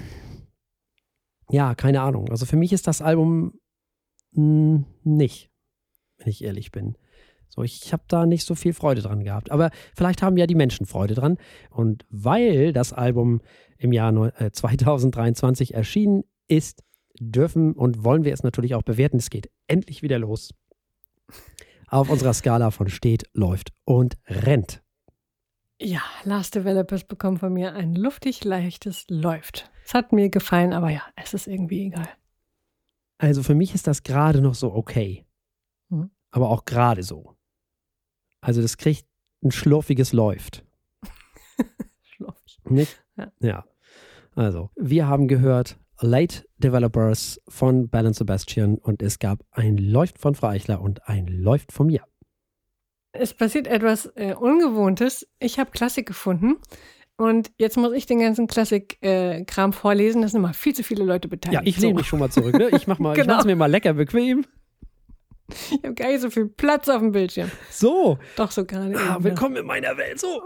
ja, keine Ahnung. Also für mich ist das Album mh, nicht, wenn ich ehrlich bin. So, ich habe da nicht so viel Freude dran gehabt. Aber vielleicht haben ja die Menschen Freude dran. Und weil das Album im Jahr zwanzig dreiundzwanzig erschienen ist, dürfen und wollen wir es natürlich auch bewerten. Es geht endlich wieder los. Auf unserer Skala von steht, läuft und rennt. Ja, Last Developers bekommen von mir ein luftig leichtes läuft. Es hat mir gefallen, aber ja, es ist irgendwie egal. Also für mich ist das gerade noch so okay. Hm. Aber auch gerade so. Also das kriegt ein schlurfiges läuft. Schlurfig. Nicht? Ja. Ja. Also, wir haben gehört Late Developers von Belle und Sebastian und es gab ein Läuft von Frau Eichler und ein Läuft von mir. Es passiert etwas äh, Ungewohntes. Ich habe Klassik gefunden und jetzt muss ich den ganzen Klassik-Kram äh, vorlesen. Das sind immer viel zu viele Leute beteiligt. Ja, ich lehne so. mich schon mal zurück. Ne? Ich mache mal, Genau. ich mach's mir mal lecker bequem. Ich habe gar nicht so viel Platz auf dem Bildschirm. So. Doch, so gerade. Ah, eben, willkommen in meiner Welt. So.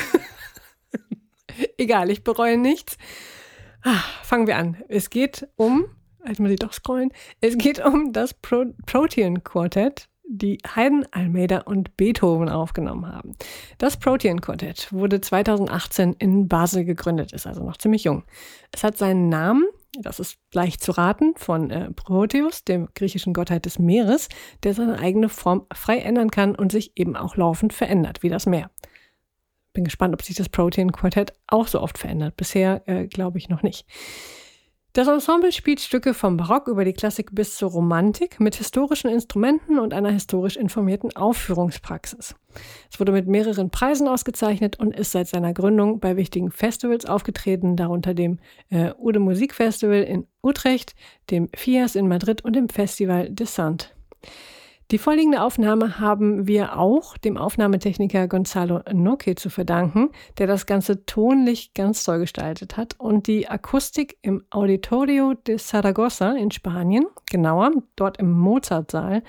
Egal, ich bereue nichts. Ah, fangen wir an. Es geht um, jetzt muss ich doch scrollen, es geht um das Pro Protean Quartett, die Haydn, Almeida und Beethoven aufgenommen haben. Das Protean Quartett wurde zweitausendachtzehn in Basel gegründet, ist also noch ziemlich jung. Es hat seinen Namen, das ist leicht zu raten, von äh, Proteus, dem griechischen Gottheit des Meeres, der seine eigene Form frei ändern kann und sich eben auch laufend verändert, wie das Meer. Bin gespannt, ob sich das Protean Quartett auch so oft verändert. Bisher äh, glaube ich noch nicht. Das Ensemble spielt Stücke vom Barock über die Klassik bis zur Romantik mit historischen Instrumenten und einer historisch informierten Aufführungspraxis. Es wurde mit mehreren Preisen ausgezeichnet und ist seit seiner Gründung bei wichtigen Festivals aufgetreten, darunter dem äh, Ude Musikfestival in Utrecht, dem Fias in Madrid und dem Festival de Sant. Die vorliegende Aufnahme haben wir auch dem Aufnahmetechniker Gonzalo Noque zu verdanken, der das Ganze tonlich ganz toll gestaltet hat und die Akustik im Auditorio de Zaragoza in Spanien, genauer dort im Mozartsaal,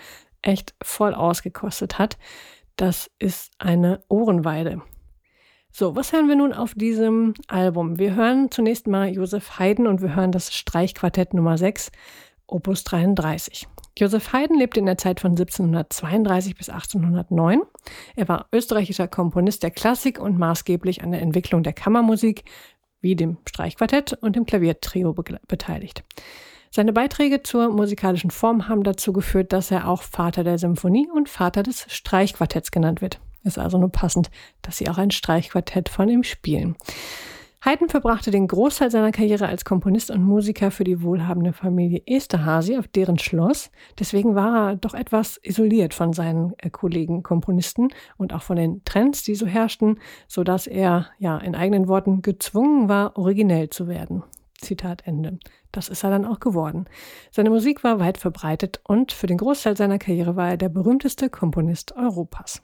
echt voll ausgekostet hat. Das ist eine Ohrenweide. So, was hören wir nun auf diesem Album? Wir hören zunächst mal Joseph Haydn und wir hören das Streichquartett Nummer sechs, Opus dreiunddreißig. Joseph Haydn lebte in der Zeit von siebzehnhundertzweiunddreißig bis achtzehnhundertneun. Er war österreichischer Komponist der Klassik und maßgeblich an der Entwicklung der Kammermusik, wie dem Streichquartett und dem Klaviertrio be- beteiligt. Seine Beiträge zur musikalischen Form haben dazu geführt, dass er auch Vater der Symphonie und Vater des Streichquartetts genannt wird. Ist also nur passend, dass sie auch ein Streichquartett von ihm spielen. Haydn verbrachte den Großteil seiner Karriere als Komponist und Musiker für die wohlhabende Familie Esterházy auf deren Schloss. Deswegen war er doch etwas isoliert von seinen äh, Kollegen Komponisten und auch von den Trends, die so herrschten, sodass er, ja, in eigenen Worten gezwungen war, originell zu werden. Zitat Ende. Das ist er dann auch geworden. Seine Musik war weit verbreitet und für den Großteil seiner Karriere war er der berühmteste Komponist Europas.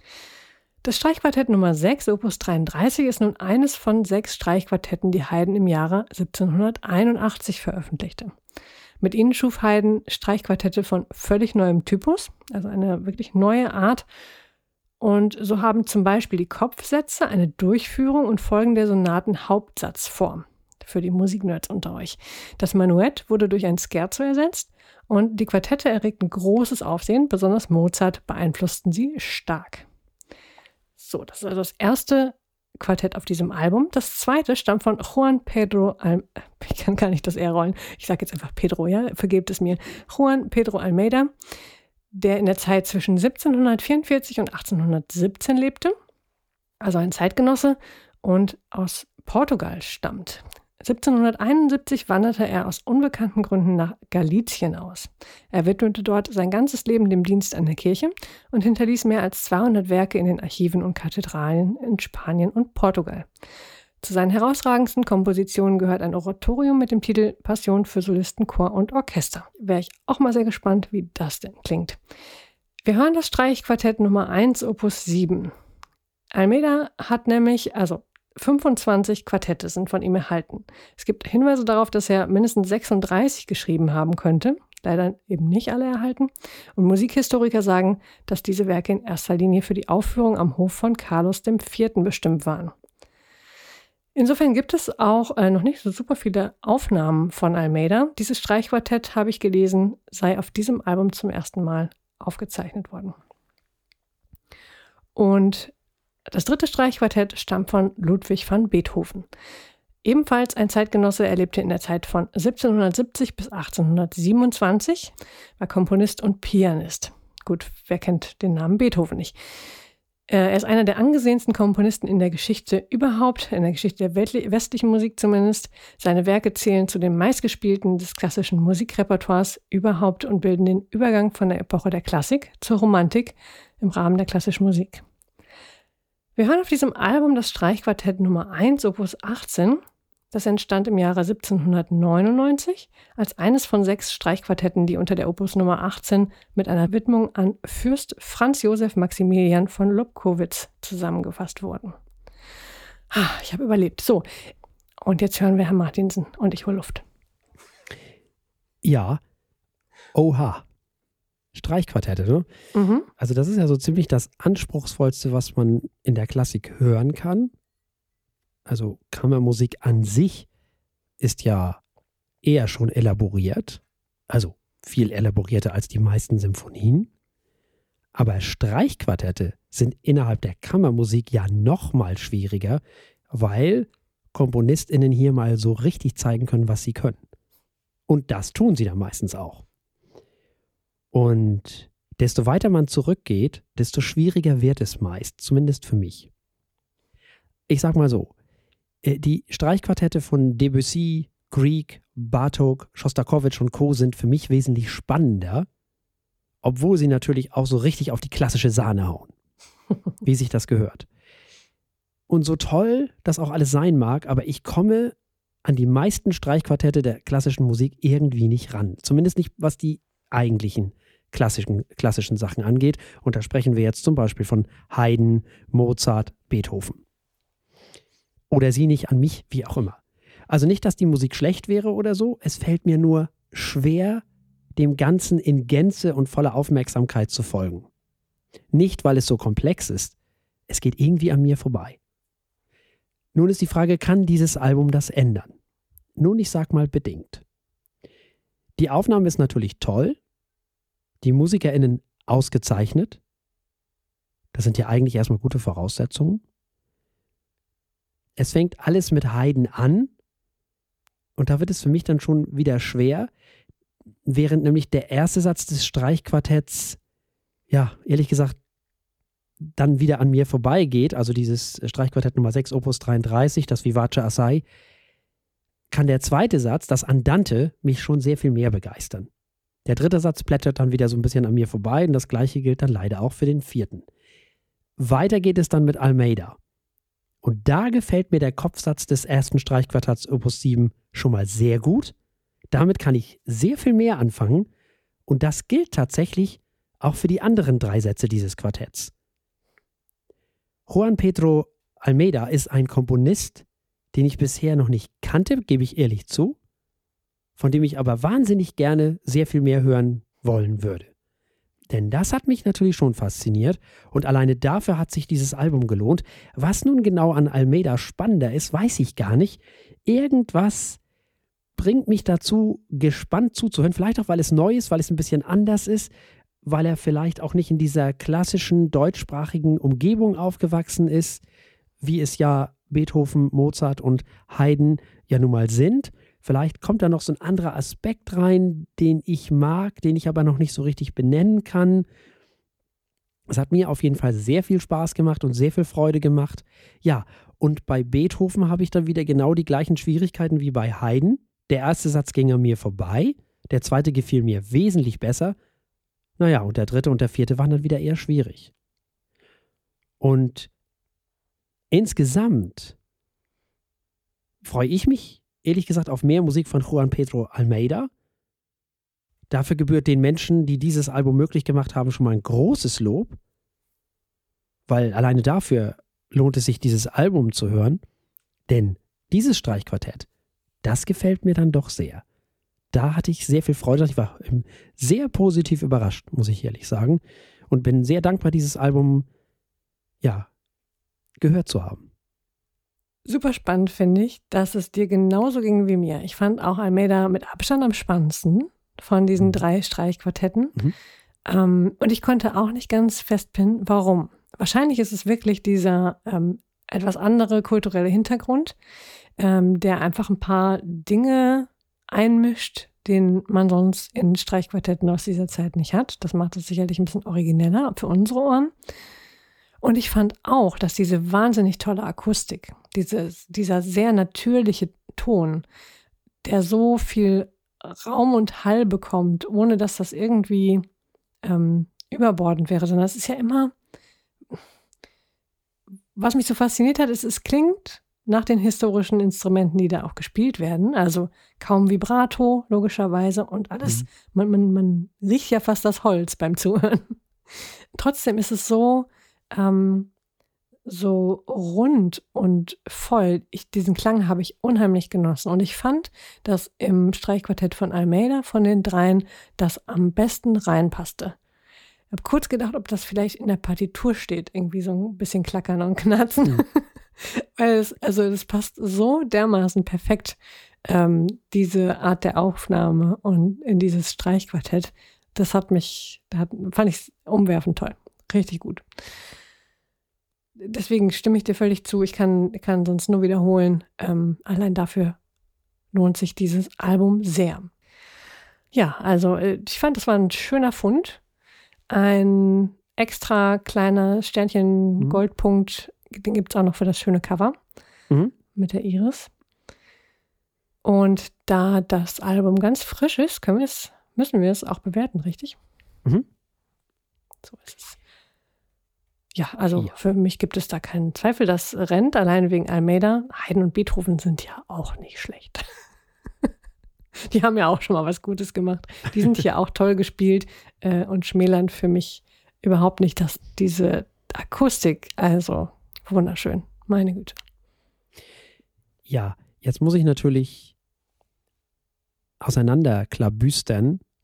Das Streichquartett Nummer sechs, Opus dreiunddreißig, ist nun eines von sechs Streichquartetten, die Haydn im Jahre siebzehnhunderteinundachtzig veröffentlichte. Mit ihnen schuf Haydn Streichquartette von völlig neuem Typus, also eine wirklich neue Art. Und so haben zum Beispiel die Kopfsätze eine Durchführung und Folgen der Sonaten Hauptsatzform. Für die Musiknerds unter euch. Das Menuett wurde durch ein Scherzo ersetzt und die Quartette erregten großes Aufsehen, besonders Mozart beeinflussten sie stark. So, das ist also das erste Quartett auf diesem Album. Das zweite stammt von Juan Pedro Al... Ich kann gar nicht das R rollen. Ich sage jetzt einfach Pedro, ja? Vergebt es mir. Juan Pedro Almeida, der in der Zeit zwischen siebzehnhundertvierundvierzig und achtzehnhundertsiebzehn lebte, also ein Zeitgenosse und aus Portugal stammt. siebzehnhunderteinundsiebzig wanderte er aus unbekannten Gründen nach Galizien aus. Er widmete dort sein ganzes Leben dem Dienst an der Kirche und hinterließ mehr als zweihundert Werke in den Archiven und Kathedralen in Spanien und Portugal. Zu seinen herausragendsten Kompositionen gehört ein Oratorium mit dem Titel Passion für Solisten, Chor und Orchester. Wäre ich auch mal sehr gespannt, wie das denn klingt. Wir hören das Streichquartett Nummer eins, Opus sieben. Almeida hat nämlich, also fünfundzwanzig Quartette sind von ihm erhalten. Es gibt Hinweise darauf, dass er mindestens sechsunddreißig geschrieben haben könnte, leider eben nicht alle erhalten. Und Musikhistoriker sagen, dass diese Werke in erster Linie für die Aufführung am Hof von Carlos der Vierte bestimmt waren. Insofern gibt es auch äh, noch nicht so super viele Aufnahmen von Almeida. Dieses Streichquartett, habe ich gelesen, sei auf diesem Album zum ersten Mal aufgezeichnet worden. Und das dritte Streichquartett stammt von Ludwig van Beethoven. Ebenfalls ein Zeitgenosse, er lebte in der Zeit von siebzehnhundertsiebzig bis achtzehnhundertsiebenundzwanzig, war Komponist und Pianist. Gut, wer kennt den Namen Beethoven nicht? Er ist einer der angesehensten Komponisten in der Geschichte überhaupt, in der Geschichte der westlichen Musik zumindest. Seine Werke zählen zu den meistgespielten des klassischen Musikrepertoires überhaupt und bilden den Übergang von der Epoche der Klassik zur Romantik im Rahmen der klassischen Musik. Wir hören auf diesem Album das Streichquartett Nummer eins, Opus achtzehn. Das entstand im Jahre siebzehnhundertneunundneunzig als eines von sechs Streichquartetten, die unter der Opus Nummer achtzehn mit einer Widmung an Fürst Franz Josef Maximilian von Lobkowitz zusammengefasst wurden. Ah, ich habe überlebt. So, und jetzt hören wir Herrn Martinsen und ich hole Luft. Ja, oha. Streichquartette, ne? Mhm. Also das ist ja so ziemlich das Anspruchsvollste, was man in der Klassik hören kann. Also Kammermusik an sich ist ja eher schon elaboriert, also viel elaborierter als die meisten Symphonien. Aber Streichquartette sind innerhalb der Kammermusik ja noch mal schwieriger, weil KomponistInnen hier mal so richtig zeigen können, was sie können. Und das tun sie dann meistens auch. Und desto weiter man zurückgeht, desto schwieriger wird es meist, zumindest für mich. Ich sag mal so, die Streichquartette von Debussy, Grieg, Bartók, Schostakowitsch und Co. sind für mich wesentlich spannender, obwohl sie natürlich auch so richtig auf die klassische Sahne hauen, wie sich das gehört. Und so toll das auch alles sein mag, aber ich komme an die meisten Streichquartette der klassischen Musik irgendwie nicht ran. Zumindest nicht, was die eigentlichen klassischen, klassischen Sachen angeht. Und da sprechen wir jetzt zum Beispiel von Haydn, Mozart, Beethoven. Oder sie nicht an mich, wie auch immer. Also nicht, dass die Musik schlecht wäre oder so. Es fällt mir nur schwer, dem Ganzen in Gänze und voller Aufmerksamkeit zu folgen. Nicht, weil es so komplex ist. Es geht irgendwie an mir vorbei. Nun ist die Frage, kann dieses Album das ändern? Nun, ich sag mal bedingt. Die Aufnahme ist natürlich toll, die MusikerInnen ausgezeichnet. Das sind ja eigentlich erstmal gute Voraussetzungen. Es fängt alles mit Haydn an und da wird es für mich dann schon wieder schwer, während nämlich der erste Satz des Streichquartetts, ja, ehrlich gesagt, dann wieder an mir vorbeigeht, also dieses Streichquartett Nummer sechs, Opus dreiunddreißig, das Vivace Assai, kann der zweite Satz, das Andante, mich schon sehr viel mehr begeistern. Der dritte Satz plättert dann wieder so ein bisschen an mir vorbei und das gleiche gilt dann leider auch für den vierten. Weiter geht es dann mit Almeida. Und da gefällt mir der Kopfsatz des ersten Streichquartetts Opus sieben schon mal sehr gut. Damit kann ich sehr viel mehr anfangen und das gilt tatsächlich auch für die anderen drei Sätze dieses Quartetts. Juan Pedro Almeida ist ein Komponist, den ich bisher noch nicht kannte, gebe ich ehrlich zu, von dem ich aber wahnsinnig gerne sehr viel mehr hören wollen würde. Denn das hat mich natürlich schon fasziniert und alleine dafür hat sich dieses Album gelohnt. Was nun genau an Almeida spannender ist, weiß ich gar nicht. Irgendwas bringt mich dazu, gespannt zuzuhören. Vielleicht auch, weil es neu ist, weil es ein bisschen anders ist, weil er vielleicht auch nicht in dieser klassischen deutschsprachigen Umgebung aufgewachsen ist, wie es ja Beethoven, Mozart und Haydn ja nun mal sind. Vielleicht kommt da noch so ein anderer Aspekt rein, den ich mag, den ich aber noch nicht so richtig benennen kann. Es hat mir auf jeden Fall sehr viel Spaß gemacht und sehr viel Freude gemacht. Ja, und bei Beethoven habe ich dann wieder genau die gleichen Schwierigkeiten wie bei Haydn. Der erste Satz ging an mir vorbei, der zweite gefiel mir wesentlich besser. Naja, und der dritte und der vierte waren dann wieder eher schwierig. Und insgesamt freue ich mich, ehrlich gesagt, auf mehr Musik von Juan Pedro Almeida. Dafür gebührt den Menschen, die dieses Album möglich gemacht haben, schon mal ein großes Lob, weil alleine dafür lohnt es sich, dieses Album zu hören, denn dieses Streichquartett, das gefällt mir dann doch sehr. Da hatte ich sehr viel Freude, ich war sehr positiv überrascht, muss ich ehrlich sagen, und bin sehr dankbar, dieses Album, ja, gehört zu haben. Super spannend finde ich, dass es dir genauso ging wie mir. Ich fand auch Almeida mit Abstand am spannendsten von diesen drei Streichquartetten. Mhm. Ähm, und ich konnte auch nicht ganz festpinnen, warum. Wahrscheinlich ist es wirklich dieser ähm, etwas andere kulturelle Hintergrund, ähm, der einfach ein paar Dinge einmischt, den man sonst in Streichquartetten aus dieser Zeit nicht hat. Das macht es sicherlich ein bisschen origineller für unsere Ohren. Und ich fand auch, dass diese wahnsinnig tolle Akustik, dieses, dieser sehr natürliche Ton, der so viel Raum und Hall bekommt, ohne dass das irgendwie ähm, überbordend wäre, sondern es ist ja immer, was mich so fasziniert hat, ist, es klingt nach den historischen Instrumenten, die da auch gespielt werden, also kaum Vibrato, logischerweise, und alles, mhm. man, man, man riecht ja fast das Holz beim Zuhören. Trotzdem ist es so, Ähm, so rund und voll. Ich, diesen Klang habe ich unheimlich genossen. Und ich fand, dass im Streichquartett von Almeida von den dreien das am besten reinpasste. Ich habe kurz gedacht, ob das vielleicht in der Partitur steht, irgendwie so ein bisschen klackern und knatzen. Mhm. Weil es, also das passt so dermaßen perfekt, ähm, diese Art der Aufnahme und in dieses Streichquartett. Das hat mich, hat, fand ich umwerfend toll. Richtig gut. Deswegen stimme ich dir völlig zu. Ich kann, kann sonst nur wiederholen. Ähm, allein dafür lohnt sich dieses Album sehr. Ja, also ich fand, das war ein schöner Fund. Ein extra kleiner Sternchen mhm. Goldpunkt, den gibt es auch noch für das schöne Cover mhm. mit der Iris. Und da das Album ganz frisch ist, können wir es, müssen wir es auch bewerten, richtig? Mhm. So ist es. Ja, also ja. Für mich gibt es da keinen Zweifel, das rennt, allein wegen Almeida. Haydn und Beethoven sind ja auch nicht schlecht. Die haben ja auch schon mal was Gutes gemacht. Die sind hier auch toll gespielt äh, und schmälern für mich überhaupt nicht das, diese Akustik. Also wunderschön, meine Güte. Ja, jetzt muss ich natürlich auseinanderklabüstern,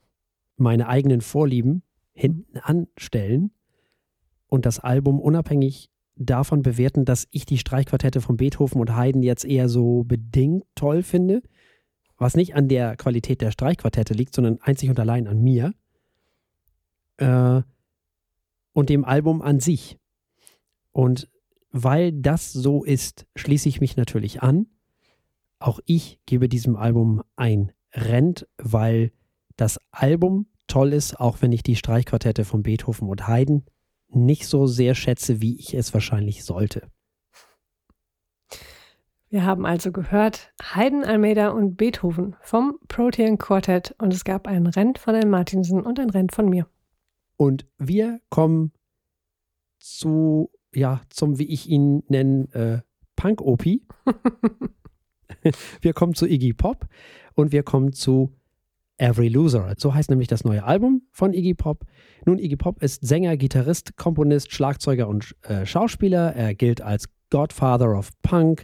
meine eigenen Vorlieben hinten anstellen und das Album unabhängig davon bewerten, dass ich die Streichquartette von Beethoven und Haydn jetzt eher so bedingt toll finde, was nicht an der Qualität der Streichquartette liegt, sondern einzig und allein an mir äh, und dem Album an sich. Und weil das so ist, schließe ich mich natürlich an. Auch ich gebe diesem Album ein Rent, weil das Album toll ist, auch wenn ich die Streichquartette von Beethoven und Haydn nicht so sehr schätze, wie ich es wahrscheinlich sollte. Wir haben also gehört Haydn, Almeida und Beethoven vom Protean Quartet und es gab ein Rent von Herrn Martinsen und ein Rent von mir. Und wir kommen zu, ja, zum, wie ich ihn nenne, äh, Punk-Opi. Wir kommen zu Iggy Pop und wir kommen zu Every Loser. So heißt nämlich das neue Album von Iggy Pop. Nun, Iggy Pop ist Sänger, Gitarrist, Komponist, Schlagzeuger und äh, Schauspieler. Er gilt als Godfather of Punk.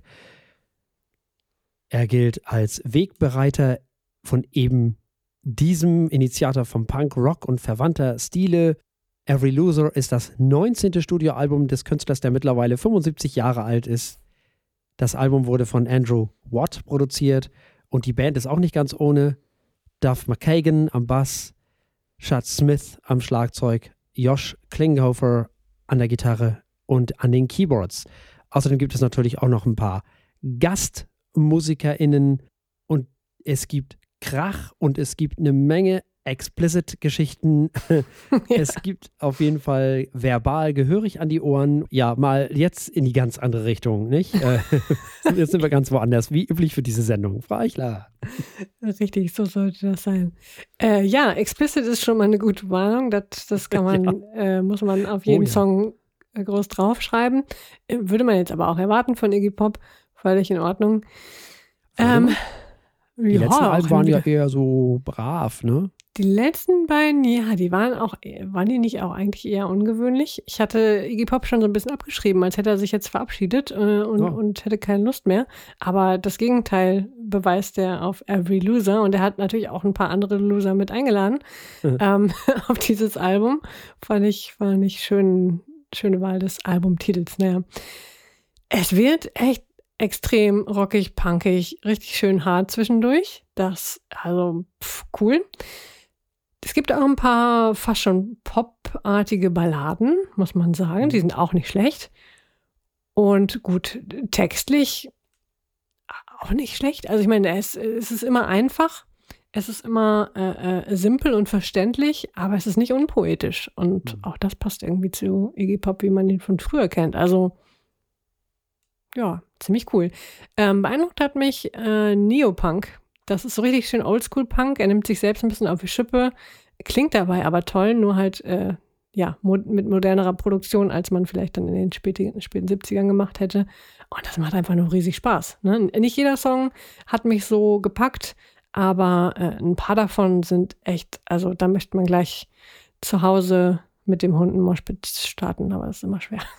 Er gilt als Wegbereiter von eben diesem Initiator vom Punk, Rock und verwandter Stile. Every Loser ist das neunzehnte Studioalbum des Künstlers, der mittlerweile fünfundsiebzig Jahre alt ist. Das Album wurde von Andrew Watt produziert und die Band ist auch nicht ganz ohne. Duff McKagan am Bass, Chad Smith am Schlagzeug, Josh Klinghoffer an der Gitarre und an den Keyboards. Außerdem gibt es natürlich auch noch ein paar GastmusikerInnen und es gibt Krach und es gibt eine Menge Explicit-Geschichten. Ja. Es gibt auf jeden Fall verbal gehörig an die Ohren. Ja, mal jetzt in die ganz andere Richtung, nicht? Jetzt sind wir ganz woanders, wie üblich für diese Sendung. Frau Eichler. Richtig, so sollte das sein. Äh, ja, Explicit ist schon mal eine gute Warnung. Das, das kann man, ja. äh, muss man auf jeden oh, ja. Song groß draufschreiben. Würde man jetzt aber auch erwarten von Iggy Pop. Völlig in Ordnung. Ähm, die ja, letzten Alben waren ja eher so brav, ne? Die letzten beiden, ja, die waren auch, waren die nicht auch eigentlich eher ungewöhnlich? Ich hatte Iggy Pop schon so ein bisschen abgeschrieben, als hätte er sich jetzt verabschiedet äh, und, oh. und hätte keine Lust mehr. Aber das Gegenteil beweist er auf Every Loser und er hat natürlich auch ein paar andere Loser mit eingeladen mhm. ähm, auf dieses Album. Fand ich, fand ich schön, schöne Wahl des Albumtitels. Naja, es wird echt extrem rockig, punkig, richtig schön hart zwischendurch. Das, also, pff, cool. Es gibt auch ein paar fast schon popartige Balladen, muss man sagen. Die sind auch nicht schlecht. Und gut, textlich auch nicht schlecht. Also ich meine, es, es ist immer einfach. Es ist immer äh, äh, simpel und verständlich, aber es ist nicht unpoetisch. Und mhm. auch das passt irgendwie zu Iggy Pop, wie man ihn von früher kennt. Also ja, ziemlich cool. Ähm, beeindruckt hat mich äh, Neopunk. Das ist so richtig schön Oldschool-Punk. Er nimmt sich selbst ein bisschen auf die Schippe, klingt dabei aber toll, nur halt äh, ja, mo- mit modernerer Produktion, als man vielleicht dann in den späten, späten siebzigern gemacht hätte. Und das macht einfach nur riesig Spaß. Ne? Nicht jeder Song hat mich so gepackt, aber äh, ein paar davon sind echt, also da möchte man gleich zu Hause mit dem Hund einen Moshpit starten, aber das ist immer schwer.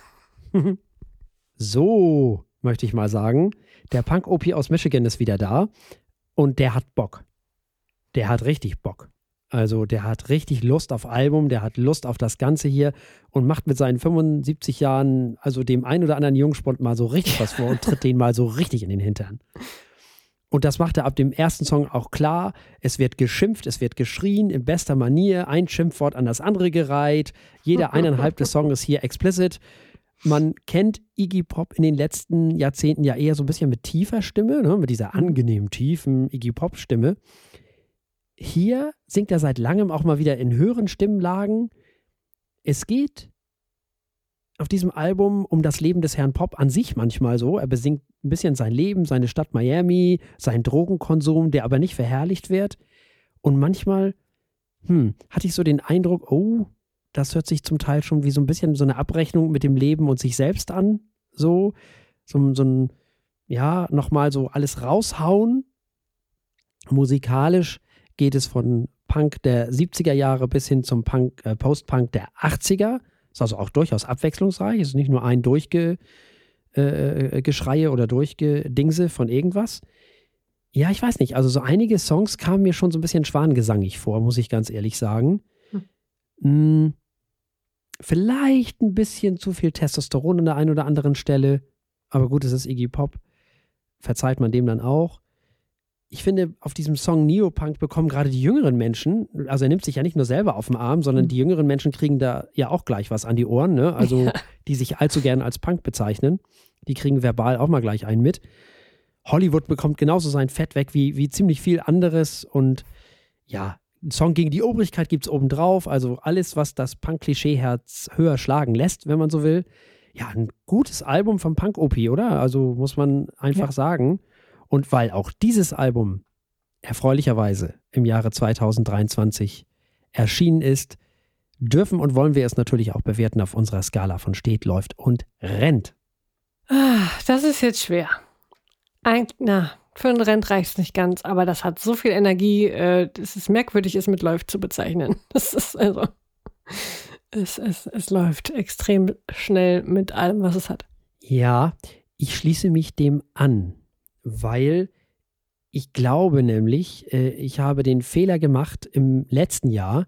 So, möchte ich mal sagen. Der Punk-Opi aus Michigan ist wieder da. Und der hat Bock. Der hat richtig Bock. Also der hat richtig Lust auf Album, der hat Lust auf das Ganze hier und macht mit seinen fünfundsiebzig Jahren also dem einen oder anderen Jungspund mal so richtig was vor und tritt den mal so richtig in den Hintern. Und das macht er ab dem ersten Song auch klar. Es wird geschimpft, es wird geschrien, in bester Manier, ein Schimpfwort an das andere gereiht. Jeder eineinhalbte Song ist hier explicit. Man kennt Iggy Pop in den letzten Jahrzehnten ja eher so ein bisschen mit tiefer Stimme, ne? Mit dieser angenehm tiefen Iggy Pop-Stimme. Hier singt er seit langem auch mal wieder in höheren Stimmlagen. Es geht auf diesem Album um das Leben des Herrn Pop an sich manchmal so. Er besingt ein bisschen sein Leben, seine Stadt Miami, seinen Drogenkonsum, der aber nicht verherrlicht wird. Und manchmal hm, hatte ich so den Eindruck, oh, das hört sich zum Teil schon wie so ein bisschen so eine Abrechnung mit dem Leben und sich selbst an. So, so, so ein, ja, nochmal so alles raushauen. Musikalisch geht es von Punk der siebziger Jahre bis hin zum Punk, äh, Post-Punk der achtziger. Ist also auch durchaus abwechslungsreich. Es ist nicht nur ein Durchgeschreie äh, oder Durchgedingse von irgendwas. Ja, ich weiß nicht. Also so einige Songs kamen mir schon so ein bisschen schwangesangig vor, muss ich ganz ehrlich sagen. Hm. Hm, vielleicht ein bisschen zu viel Testosteron an der einen oder anderen Stelle. Aber gut, es ist Iggy Pop. Verzeiht man dem dann auch. Ich finde, auf diesem Song Neopunk bekommen gerade die jüngeren Menschen, also er nimmt sich ja nicht nur selber auf den Arm, sondern mhm. die jüngeren Menschen kriegen da ja auch gleich was an die Ohren, ne? Also ja. die sich allzu gern als Punk bezeichnen. Die kriegen verbal auch mal gleich einen mit. Hollywood bekommt genauso sein Fett weg wie, wie ziemlich viel anderes. Und ja, ein Song gegen die Obrigkeit gibt es obendrauf. Also alles, was das Punk-Klischee-Herz höher schlagen lässt, wenn man so will. Ja, ein gutes Album vom Punk-O P, oder? Also muss man einfach ja. sagen. Und weil auch dieses Album erfreulicherweise im Jahre zwanzig dreiundzwanzig erschienen ist, dürfen und wollen wir es natürlich auch bewerten auf unserer Skala von steht, läuft und rennt. Das ist jetzt schwer. Eig- na, für ein Rennt reicht es nicht ganz, aber das hat so viel Energie, äh, dass es merkwürdig ist, mit läuft zu bezeichnen. Das ist also, es, es, es läuft extrem schnell mit allem, was es hat. Ja, ich schließe mich dem an. Weil ich glaube nämlich, äh, ich habe den Fehler gemacht im letzten Jahr,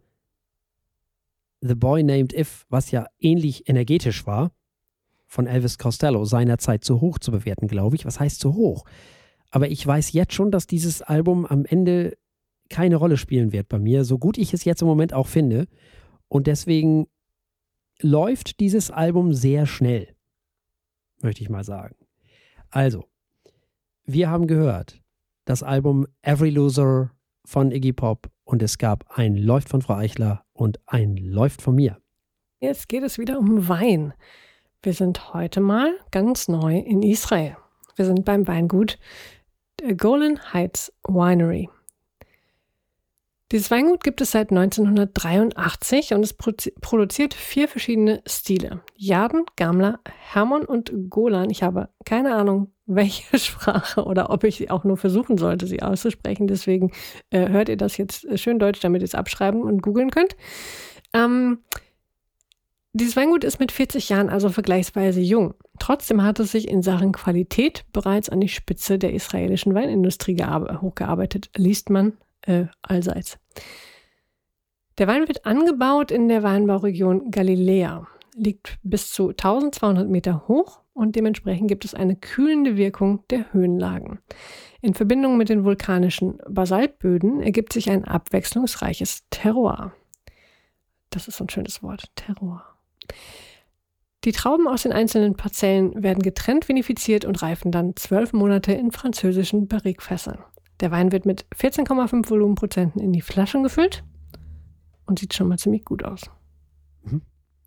The Boy Named If, was ja ähnlich energetisch war, von Elvis Costello, seinerzeit zu hoch zu bewerten, glaube ich. Was heißt zu hoch? Aber ich weiß jetzt schon, dass dieses Album am Ende keine Rolle spielen wird bei mir, so gut ich es jetzt im Moment auch finde. Und deswegen läuft dieses Album sehr schnell, möchte ich mal sagen. Also, wir haben gehört, das Album Every Loser von Iggy Pop und es gab ein Läuft von Frau Eichler und ein Läuft von mir. Jetzt geht es wieder um Wein. Wir sind heute mal ganz neu in Israel. Wir sind beim Weingut Golan Heights Winery. Dieses Weingut gibt es seit neunzehnhundertdreiundachtzig und es produziert vier verschiedene Stile. Jarden, Gamla, Hermon und Golan. Ich habe keine Ahnung, welche Sprache oder ob ich sie auch nur versuchen sollte, sie auszusprechen. Deswegen äh, hört ihr das jetzt schön deutsch, damit ihr es abschreiben und googeln könnt. Ähm, dieses Weingut ist mit vierzig Jahren also vergleichsweise jung. Trotzdem hat es sich in Sachen Qualität bereits an die Spitze der israelischen Weinindustrie gear- hochgearbeitet, liest man Äh, allseits. Der Wein wird angebaut in der Weinbauregion Galiläa, liegt bis zu eintausendzweihundert Meter hoch und dementsprechend gibt es eine kühlende Wirkung der Höhenlagen. In Verbindung mit den vulkanischen Basaltböden ergibt sich ein abwechslungsreiches Terroir. Das ist so ein schönes Wort, Terroir. Die Trauben aus den einzelnen Parzellen werden getrennt vinifiziert und reifen dann zwölf Monate in französischen Barrique-Fässern. Der Wein wird mit vierzehn Komma fünf Volumenprozenten in die Flaschen gefüllt und sieht schon mal ziemlich gut aus. Mhm.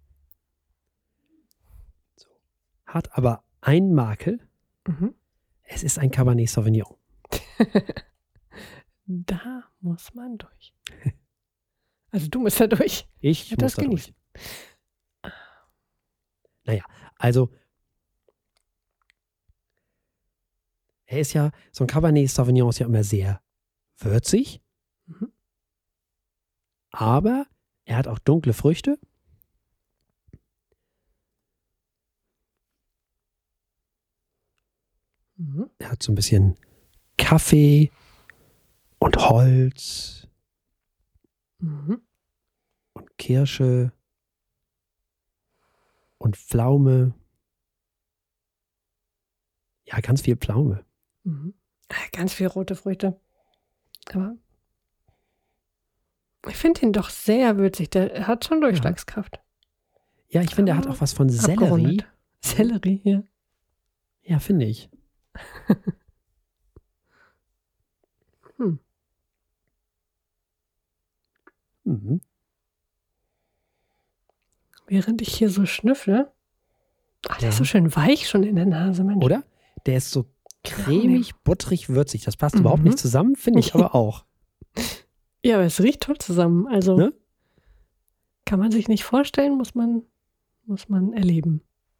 So. Hat aber einen Makel. Mhm. Es ist ein Cabernet Sauvignon. Da muss man durch. Also du musst da durch. Ich muss das da genießen. Durch. Naja, also er ist ja, so ein Cabernet Sauvignon ist ja immer sehr würzig, mhm. aber er hat auch dunkle Früchte. Mhm. Er hat so ein bisschen Kaffee und Holz mhm. und Kirsche und Pflaume. Ja, ganz viel Pflaume. Mhm. Ganz viel rote Früchte. Aber ich finde ihn doch sehr würzig. Der hat schon Durchschlagskraft. Ja, ich finde, er hat auch was von Sellerie. Abgerundet. Sellerie, ja. Ja, finde ich. hm. Mhm. Während ich hier so schnüffle. Ach, der ja. ist so schön weich schon in der Nase, Mensch. Oder? Der ist so cremig, butterig, würzig. Das passt mhm. überhaupt nicht zusammen, finde ich aber auch. Ja, aber es riecht toll zusammen. Also ne? Kann man sich nicht vorstellen, muss man, muss man erleben.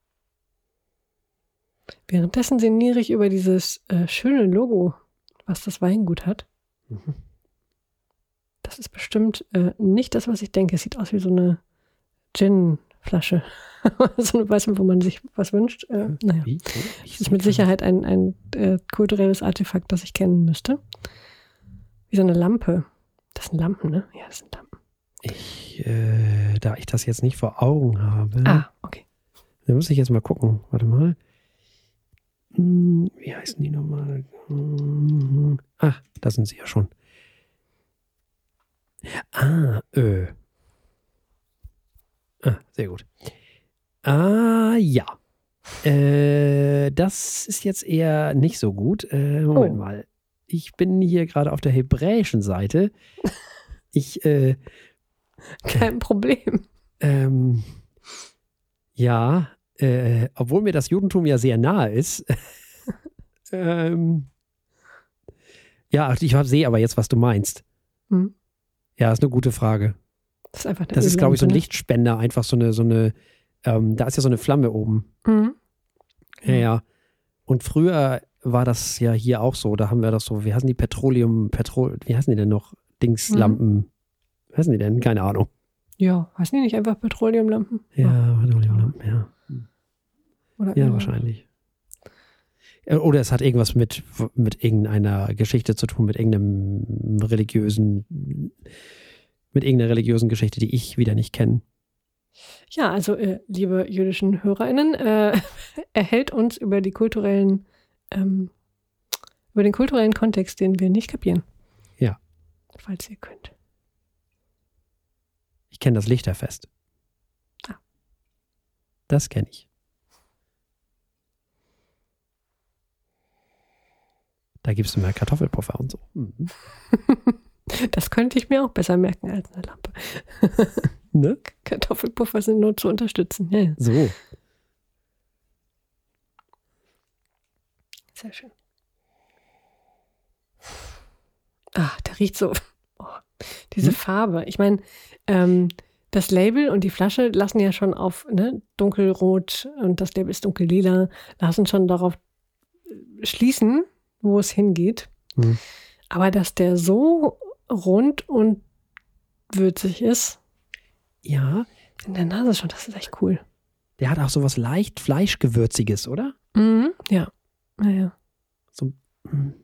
Währenddessen sinniere ich über dieses äh, schöne Logo, was das Weingut hat. Mhm. Das ist bestimmt äh, nicht das, was ich denke. Es sieht aus wie so eine Gin Flasche. So eine, weiß man, wo man sich was wünscht. Äh, naja. Wie? Oh, Das ist mit Sicherheit ein, ein äh, kulturelles Artefakt, das ich kennen müsste. Wie so eine Lampe. Das sind Lampen, ne? Ja, das sind Lampen. Ich, äh, da ich das jetzt nicht vor Augen habe. Ah, okay. Da muss ich jetzt mal gucken. Warte mal. Hm, wie heißen die nochmal? Hm, ach, da sind sie ja schon. Ah, äh. Ah, sehr gut. Ah, ja. Äh, das ist jetzt eher nicht so gut. Äh, Moment Oh. mal. Ich bin hier gerade auf der hebräischen Seite. Ich, äh, Kein Problem. ähm, ja, äh, obwohl mir das Judentum ja sehr nahe ist. ähm, ja, ich sehe aber jetzt, was du meinst. Hm. Ja, ist eine gute Frage. Das ist einfach eine Das ist, glaube ich, so ein Öllampe, ne? Lichtspender, einfach so eine, so eine, ähm, da ist ja so eine Flamme oben. Mhm. Ja, ja. Und früher war das ja hier auch so. Da haben wir das so, wie heißen die Petroleum, Petrol, wie heißen die denn noch? Dingslampen. Wie heißen die denn? Keine Ahnung. Ja, heißen die nicht einfach Petroleumlampen? Ja, Petroleumlampen, ja. Oder Ja, Öl. wahrscheinlich. Äh, Oder es hat irgendwas mit, mit irgendeiner Geschichte zu tun, mit irgendeinem religiösen, mit irgendeiner religiösen Geschichte, die ich wieder nicht kenne. Ja, also äh, liebe jüdischen HörerInnen, äh, erhält uns über die kulturellen, ähm, über den kulturellen Kontext, den wir nicht kapieren. Ja. Falls ihr könnt. Ich kenne das Lichterfest. Ah. Das kenne ich. Da gibst du mehr Kartoffelpuffer und so. Mhm. Das könnte ich mir auch besser merken als eine Lampe. Ne? Kartoffelpuffer sind nur zu unterstützen. Ja, ja. So. Sehr schön. Ah, der riecht so. Oh, diese Hm? Farbe. Ich meine, ähm, das Label und die Flasche lassen ja schon auf ne, dunkelrot und das Label ist dunkellila, lassen schon darauf schließen, wo es hingeht. Hm. Aber dass der so rund und würzig ist, Ja, in der Nase schon, das ist echt cool. der hat auch so was leicht Fleischgewürziges, oder? Mhm, ja. Naja. So hm.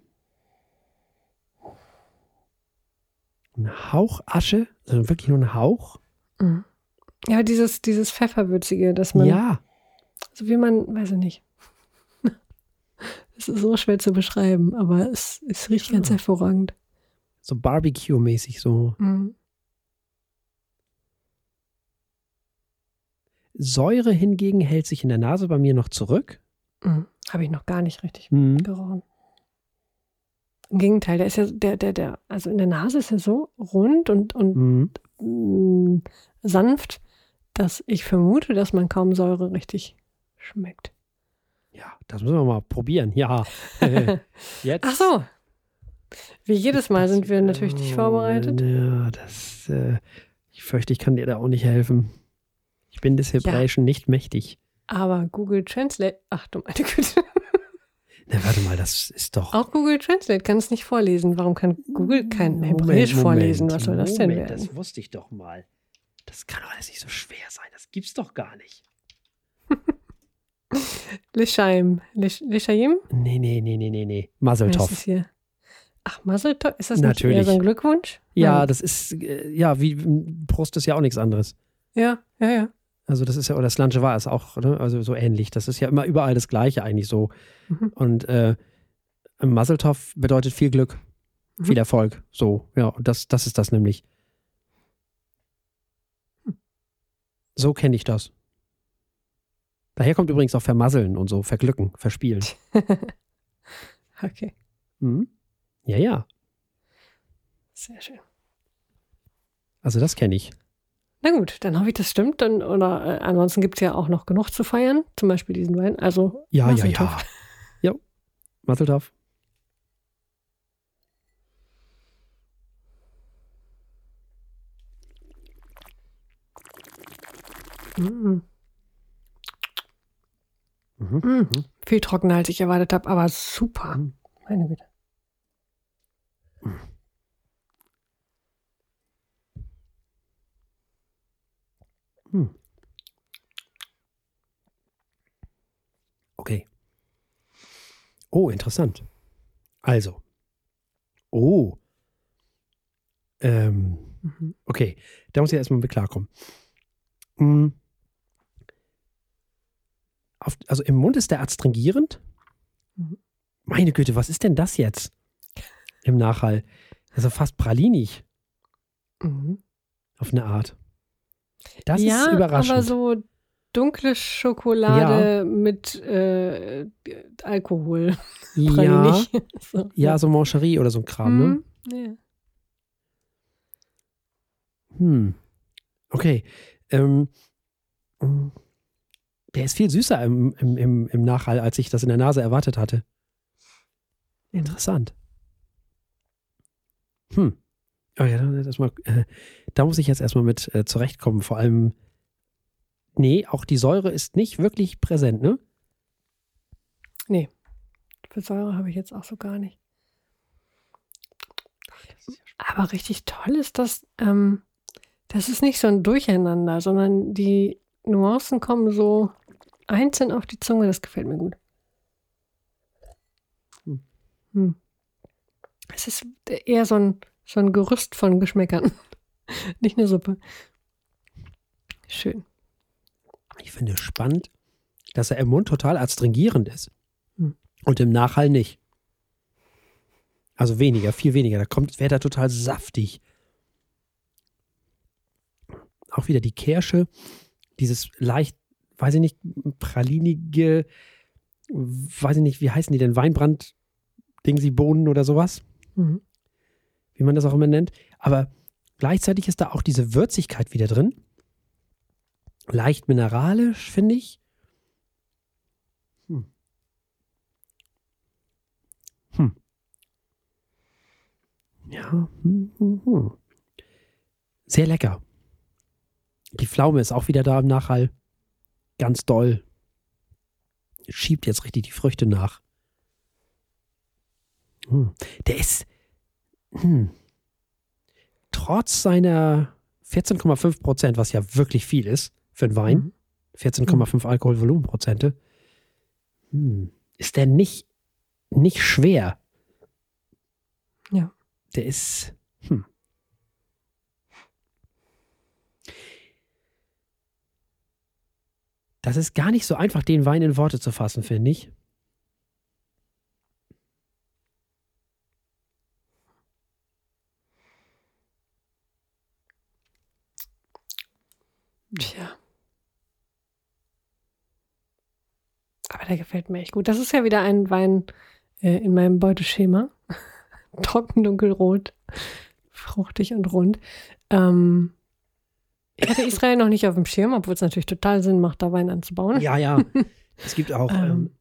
ein Hauch Asche, also wirklich nur ein Hauch. Mhm. Ja, dieses, dieses Pfefferwürzige, dass man, Ja, so wie man, weiß ich nicht. Es ist so schwer zu beschreiben, aber es, es riecht Ja. ganz hervorragend. so Barbecue-mäßig so. Mhm. Säure hingegen hält sich in der Nase bei mir noch zurück. Mhm. Habe ich noch gar nicht richtig Mhm. gerochen. Im Gegenteil, der ist ja, der, der, der, also in der Nase ist er so rund und, und Mhm. mh, sanft, dass ich vermute, dass man kaum Säure richtig schmeckt. Ja, das müssen wir mal probieren. Ja. Jetzt. Ach so. Wie jedes Mal Das- sind wir natürlich nicht oh, vorbereitet. Ja, das, äh, ich fürchte, ich kann dir da auch nicht helfen. Ich bin des Hebräischen nicht mächtig. Aber Google Translate, ach du meine Güte. Na, warte mal, das ist doch. Auch Google Translate kann es nicht vorlesen. Warum kann Google kein Moment, Hebräisch Moment, vorlesen? Was soll das denn Moment, werden? Das wusste ich doch mal. Das kann doch alles nicht so schwer sein. Das gibt's doch gar nicht. Lishaim. Lish- Lishayim? Nee, nee, nee, nee, nee, nee. Wer ist Maseltov. das hier? Ach, Maseltov? Ist das Natürlich. nicht eher so ein Glückwunsch? Ja, Nein. das ist, äh, ja, wie Prost ist ja auch nichts anderes. Ja, ja, ja. Also das ist ja, oder Slanche war es auch, ne? Also so ähnlich. Das ist ja immer überall das Gleiche eigentlich so. Mhm. Und äh, Maseltov bedeutet viel Glück, Mhm. viel Erfolg. So, ja, und das, das ist das nämlich. So kenne ich das. Daher kommt übrigens auch Vermasseln und so, Verglücken, Verspielen. Okay, Mhm. Ja, ja. sehr schön. Also das kenne ich. Na gut, dann hoffe ich, das stimmt. Dann, oder äh, ansonsten gibt es ja auch noch genug zu feiern. Zum Beispiel diesen Wein. Also Ja, ja, Maseltov. ja. Ja, Maseltov. Mhm. Mhm. Mhm. Viel trockener, als ich erwartet habe, aber super. Mhm. Meine Güte. Mhm. Oh, interessant. Also. Oh. Ähm. Mhm. Okay, da muss ich erstmal mit klarkommen. Mhm. Auf, also im Mund ist der adstringierend. Mhm. Meine Güte, was ist denn das jetzt? Im Nachhall. Also fast pralinig. Mhm. Auf eine Art. Das ja, ist überraschend. aber so dunkle Schokolade ja. mit äh, Alkohol. Ja, so, ja, so Mancherie oder so ein Kram, hm, ne? Ja. Hm. Okay. Ähm, der ist viel süßer im, im, im, im Nachhall, als ich das in der Nase erwartet hatte. Interessant. Hm. Oh ja, dann erstmal, äh, da muss ich jetzt erstmal mit äh, zurechtkommen. Vor allem, nee, auch die Säure ist nicht wirklich präsent, ne? Nee. Für Säure habe ich jetzt auch so gar nicht. Aber richtig toll ist das, ähm, das ist nicht so ein Durcheinander, sondern die Nuancen kommen so einzeln auf die Zunge. Das gefällt mir gut. Hm. Hm. Es ist eher so ein, so ein Gerüst von Geschmäckern. Nicht eine Suppe. Schön. Ich finde es spannend, dass er im Mund total adstringierend ist. Hm. Und im Nachhall nicht. Also weniger, viel weniger. Da kommt, wäre da total saftig. Auch wieder die Kirsche, dieses leicht, weiß ich nicht, pralinige, weiß ich nicht, wie heißen die denn? Weinbrand, Dingsi Bohnen oder sowas. Mhm. Wie man das auch immer nennt. Aber gleichzeitig ist da auch diese Würzigkeit wieder drin. Leicht mineralisch, finde ich. Hm. Hm. Ja. Hm, hm, hm. Sehr lecker. Die Pflaume ist auch wieder da im Nachhall. Ganz doll. Schiebt jetzt richtig die Früchte nach. Hm. Der ist hm, trotz seiner vierzehn Komma fünf Prozent, was ja wirklich viel ist für einen Wein, Mhm. vierzehn Komma fünf Alkoholvolumenprozente, hm, ist der nicht, nicht schwer. Ja. Der ist, hm. Das ist gar nicht so einfach, den Wein in Worte zu fassen, finde ich. Tja. Aber der gefällt mir echt gut. Das ist ja wieder ein Wein äh, in meinem Beuteschema. Trocken, dunkelrot, fruchtig und rund. Ähm, ich hatte Israel noch nicht auf dem Schirm, obwohl es natürlich total Sinn macht, da Wein anzubauen. Ja, ja. Es gibt auch ähm,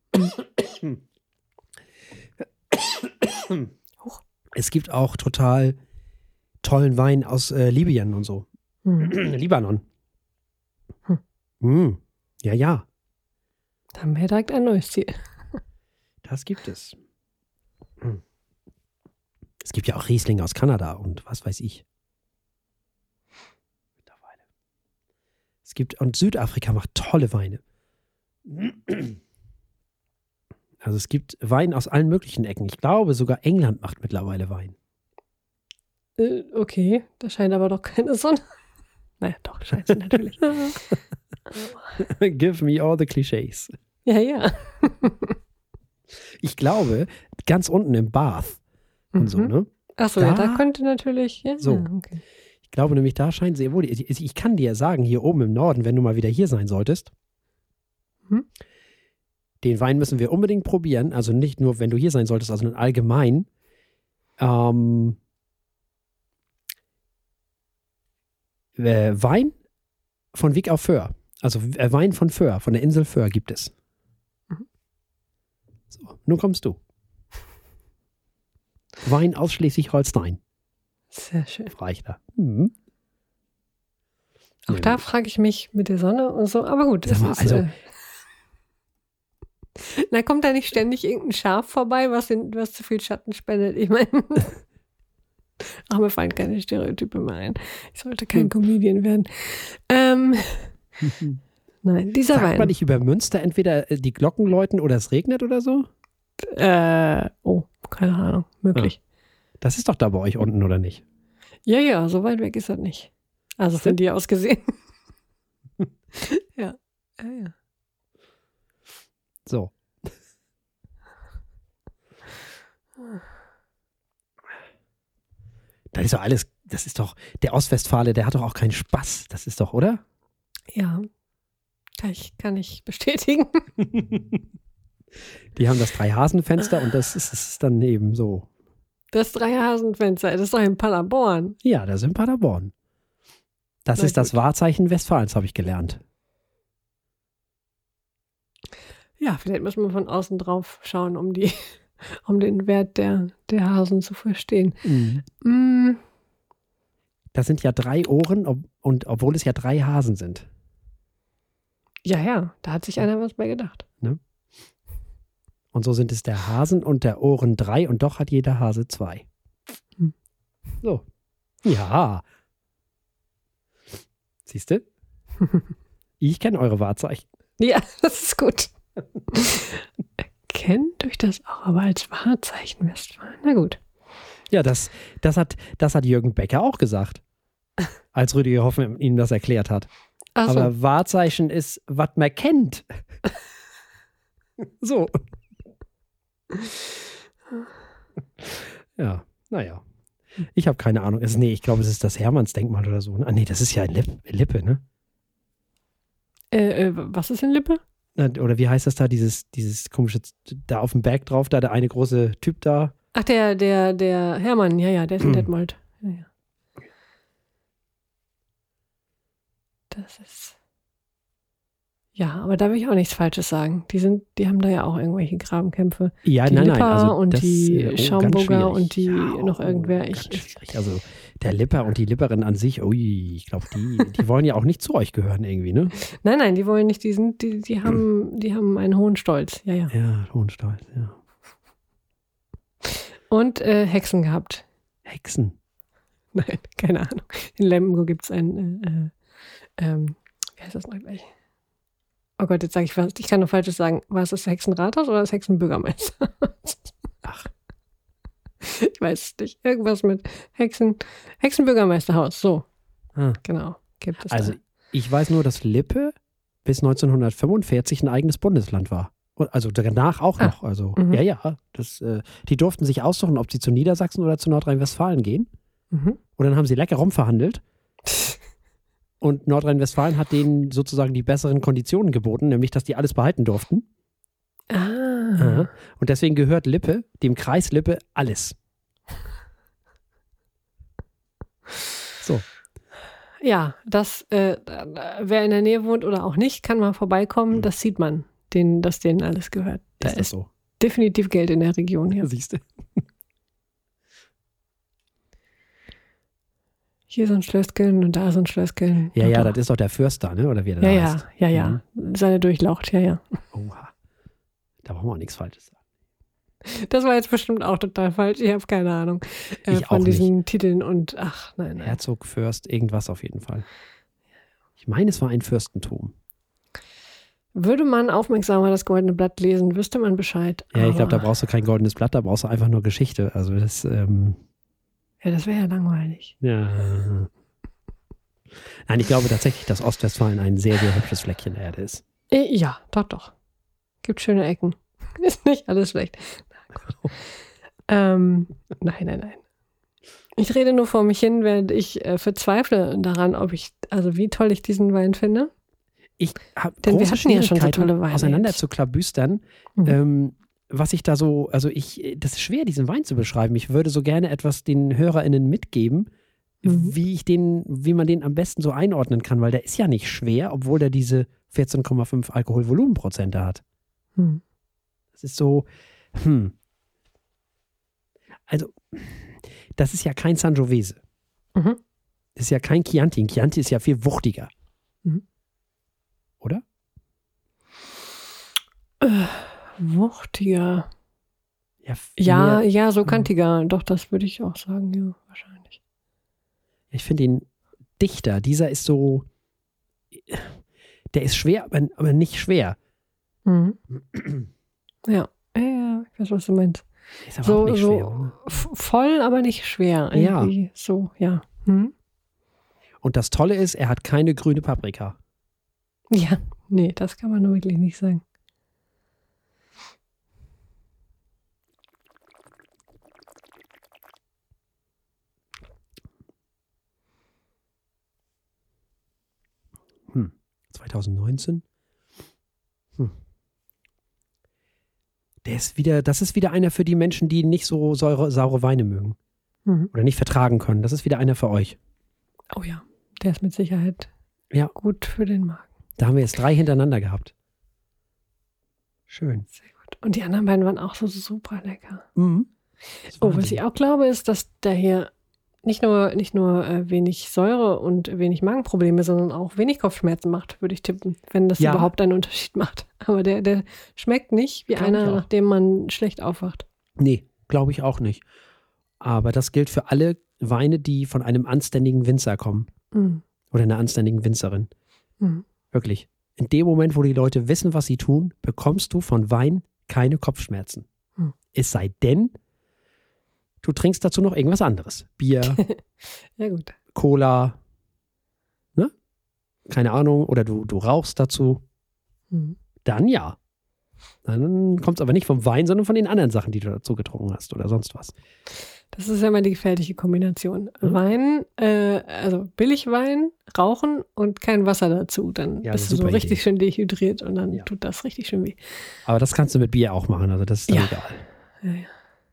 es gibt auch total tollen Wein aus äh, Libyen und so. Hm. Libanon. Hm. Hm. Ja, ja. Da haben wir direkt ein neues Ziel. Das gibt es. Hm. Es gibt ja auch Riesling aus Kanada und was weiß ich. Mittlerweile. Es gibt, und Südafrika macht tolle Weine. Also es gibt Wein aus allen möglichen Ecken. Ich glaube, sogar England macht mittlerweile Wein. Äh, okay, da scheint aber doch keine Sonne. Naja, doch, scheint sie natürlich. Give me all the Clichés. Ja, ja. Ich glaube, ganz unten im Bath und Mhm. so, ne? Achso, Da- ja, da könnte natürlich. Ja, So. okay. Ich glaube nämlich, da scheint sehr wohl. Ich, ich kann dir sagen, hier oben im Norden, wenn du mal wieder hier sein solltest, Hm? den Wein müssen wir unbedingt probieren. Also nicht nur, wenn du hier sein solltest, sondern allgemein. Ähm, äh, Wein von Wick auf Föhr. Also äh, Wein von Föhr, von der Insel Föhr gibt es. Mhm. So, nun kommst du. Wein aus Schleswig-Holstein. Sehr schön. Reicht da. Mhm. Auch Ja, da gut. frage ich mich mit der Sonne und so, aber gut. Sag das mal, ist, also- äh, na, kommt da nicht ständig irgendein Schaf vorbei, was, in, was zu viel Schatten spendet? Ich meine, ach, mir fallen keine Stereotype mehr ein. Ich sollte kein Hm. Comedian werden. Ähm, nein, dieser Sagt Wein. man nicht über Münster entweder äh, die Glocken läuten oder es regnet oder so? Äh, oh, keine Ahnung, möglich. Ah, das ist doch da bei euch unten, oder nicht? Ja, ja, so weit weg ist das nicht. Also von dir aus gesehen. ja. ja, ja. So. Das ist doch alles, das ist doch, der Ostwestfale, der hat doch auch keinen Spaß. Das ist doch, oder? Ja, kann ich, kann ich bestätigen. Die haben das Drei-Hasen-Fenster und das ist, das ist dann eben so. Das Drei-Hasen-Fenster, das ist doch in Paderborn. Ja, das ist in Paderborn. Das Na ist das gut. Wahrzeichen Westfalens, habe ich gelernt. Ja, vielleicht müssen wir von außen drauf schauen, um die, um den Wert der, der Hasen zu verstehen. Mhm. Mm, Das sind ja drei Ohren, ob, und obwohl es ja drei Hasen sind. ja, ja, da hat sich einer was bei gedacht. Und so sind es der Hasen und der Ohren drei und doch hat jeder Hase zwei. Hm. So. Ja. Siehst du? Ich kenne eure Wahrzeichen. Ja, das ist gut. Erkennt euch das auch aber als Wahrzeichen Westfalen. Na gut. Ja, das, das, hat, das hat Jürgen Becker auch gesagt, als Rüdiger Hoffmann ihm das erklärt hat. Ach so. Aber Wahrzeichen ist, was man kennt. So. Ja, naja. Ich habe keine Ahnung. Es, nee, ich glaube, es ist das Hermannsdenkmal oder so. Ah, nee, das ist ja in Lippe, Lippe, ne? Äh, äh, was ist in Lippe? Na, oder wie heißt das da? Dieses, dieses komische, da auf dem Berg drauf, da der eine große Typ da. Ach, der, der, der Hermann, ja, ja, der ist in Detmold. Ja, ja. Das ist. Ja, aber da will ich auch nichts Falsches sagen. Die sind, die haben da ja auch irgendwelche Grabenkämpfe. Ja, die nein, Lipper nein. Also und das, die äh, oh, Schaumburger und die ja, noch irgendwer. Oh, Ich, ganz schwierig. Also der Lipper und die Lipperin an sich, ui, ich glaube, die, die wollen ja auch nicht zu euch gehören irgendwie, ne? nein, nein, die wollen nicht, die sind, die, die haben, die haben einen hohen Stolz. Ja, ja. Ja, Hohenstolz, ja. Und äh, Hexen gehabt. Hexen. Nein, keine Ahnung. In Lemgo gibt es ein, äh, ähm, wie heißt das noch gleich? Oh Gott, jetzt sage ich was. Ich kann nur Falsches sagen. War es das Hexenrathaus oder das Hexenbürgermeister? Ach. Ich weiß es nicht. Irgendwas mit Hexen, Hexenbürgermeisterhaus. So, Ah. genau. Gibt es Also da. ich weiß nur, dass Lippe bis neunzehnhundertfünfundvierzig ein eigenes Bundesland war. Und also danach auch noch. Ah. Also Mhm. ja, ja. Das, äh, die durften sich aussuchen, ob sie zu Niedersachsen oder zu Nordrhein-Westfalen gehen. Mhm. Und dann haben sie lecker rumverhandelt. Und Nordrhein-Westfalen hat denen sozusagen die besseren Konditionen geboten, nämlich, dass die alles behalten durften. Ah. Aha. Und deswegen gehört Lippe, dem Kreis Lippe, alles. So. Ja, das, äh, wer in der Nähe wohnt oder auch nicht, kann mal vorbeikommen. Das sieht man, denen, dass denen alles gehört. Da Ist das ist so? definitiv Geld in der Region hier. Siehst du? Hier so ein Schlösschen und da so ein Schlösschen. Ja, Doch, ja, doch. das ist doch der Fürster, ne? Oder wie der Ja, da ja, heißt. ja, ja. Seine Durchlaucht, ja, ja. Oha. Da brauchen wir auch nichts Falsches sagen. Das war jetzt bestimmt auch total falsch. Ich habe keine Ahnung äh, Ich von auch diesen Titeln und ach, nein, nein. Herzog, Fürst, irgendwas auf jeden Fall. Ich meine, es war ein Fürstentum. Würde man aufmerksamer das Goldene Blatt lesen, wüsste man Bescheid. Ja, ich glaube, da Aber- brauchst du kein goldenes Blatt, da brauchst du einfach nur Geschichte. Also das, ähm, Ja, das wäre ja langweilig. ja. Nein, ich glaube tatsächlich, dass Ostwestfalen ein sehr, sehr hübsches Fleckchen der Erde ist. Äh, Ja, doch, doch. Gibt schöne Ecken. Ist nicht alles schlecht. Na gut. ähm, nein, nein, nein. Ich rede nur vor mich hin, während ich äh, verzweifle daran, ob ich, also wie toll ich diesen Wein finde. Ich habe Denn wir große hatten ja schon so Schwierigkeiten, tolle Weine auseinander jetzt. zu klabüstern. Mhm. Ähm, was ich da so, also ich, das ist schwer, diesen Wein zu beschreiben. Ich würde so gerne etwas den HörerInnen mitgeben, Mhm. wie ich den, wie man den am besten so einordnen kann, weil der ist ja nicht schwer, obwohl der diese vierzehn Komma fünf Alkoholvolumenprozente hat. Hm. Das ist so, hm. Also, das ist ja kein Sangiovese. Mhm. Das ist ja kein Chianti. Ein Chianti ist ja viel wuchtiger. Mhm. Oder? Äh, wuchtiger. Ja, viel Ja, mehr- ja, so kantiger. Doch, das würde ich auch sagen, ja, wahrscheinlich. Ich finde ihn dichter. Dieser ist so, der ist schwer, aber, aber nicht schwer. Mhm. Ja, Ja, ich weiß, was du meinst. Ist aber So, auch nicht so schwer, oder? f- voll, aber nicht schwer. Ja. Irgendwie so, ja. Hm? Und das Tolle ist, er hat keine grüne Paprika. Ja, nee, das kann man nur wirklich nicht sagen. Hm. zwanzig neunzehn? Hm. Der ist wieder, das ist wieder einer für die Menschen, die nicht so saure, saure Weine mögen. Mhm. Oder nicht vertragen können. Das ist wieder einer für euch. Oh ja, der ist mit Sicherheit Ja. gut für den Magen. Da haben wir jetzt drei hintereinander gehabt. Schön. Sehr gut. Und die anderen beiden waren auch so super lecker. Mhm. Oh, was ich auch glaube, ist, dass der hier nicht nur, nicht nur äh, wenig Säure und wenig Magenprobleme, sondern auch wenig Kopfschmerzen macht, würde ich tippen, wenn das Ja. überhaupt einen Unterschied macht. Aber der, der schmeckt nicht wie Glaub ich einer, auch. nachdem man schlecht aufwacht. Nee, glaube ich auch nicht. Aber das gilt für alle Weine, die von einem anständigen Winzer kommen. Mhm. Oder einer anständigen Winzerin. Mhm. Wirklich. In dem Moment, wo die Leute wissen, was sie tun, bekommst du von Wein keine Kopfschmerzen. Hm. Es sei denn, du trinkst dazu noch irgendwas anderes. Bier, Ja, gut. Cola, ne? Keine Ahnung. Oder du, du rauchst dazu. Mhm. Dann ja. Dann kommt es aber nicht vom Wein, sondern von den anderen Sachen, die du dazu getrunken hast oder sonst was. Das ist ja immer die gefährliche Kombination. Hm? Wein, äh, also Billigwein, Rauchen und kein Wasser dazu. Dann Ja, bist du so super richtig Idee. schön dehydriert und dann Ja. tut das richtig schön weh. Aber das kannst du mit Bier auch machen, also das ist dann Ja. egal. Ja, ja.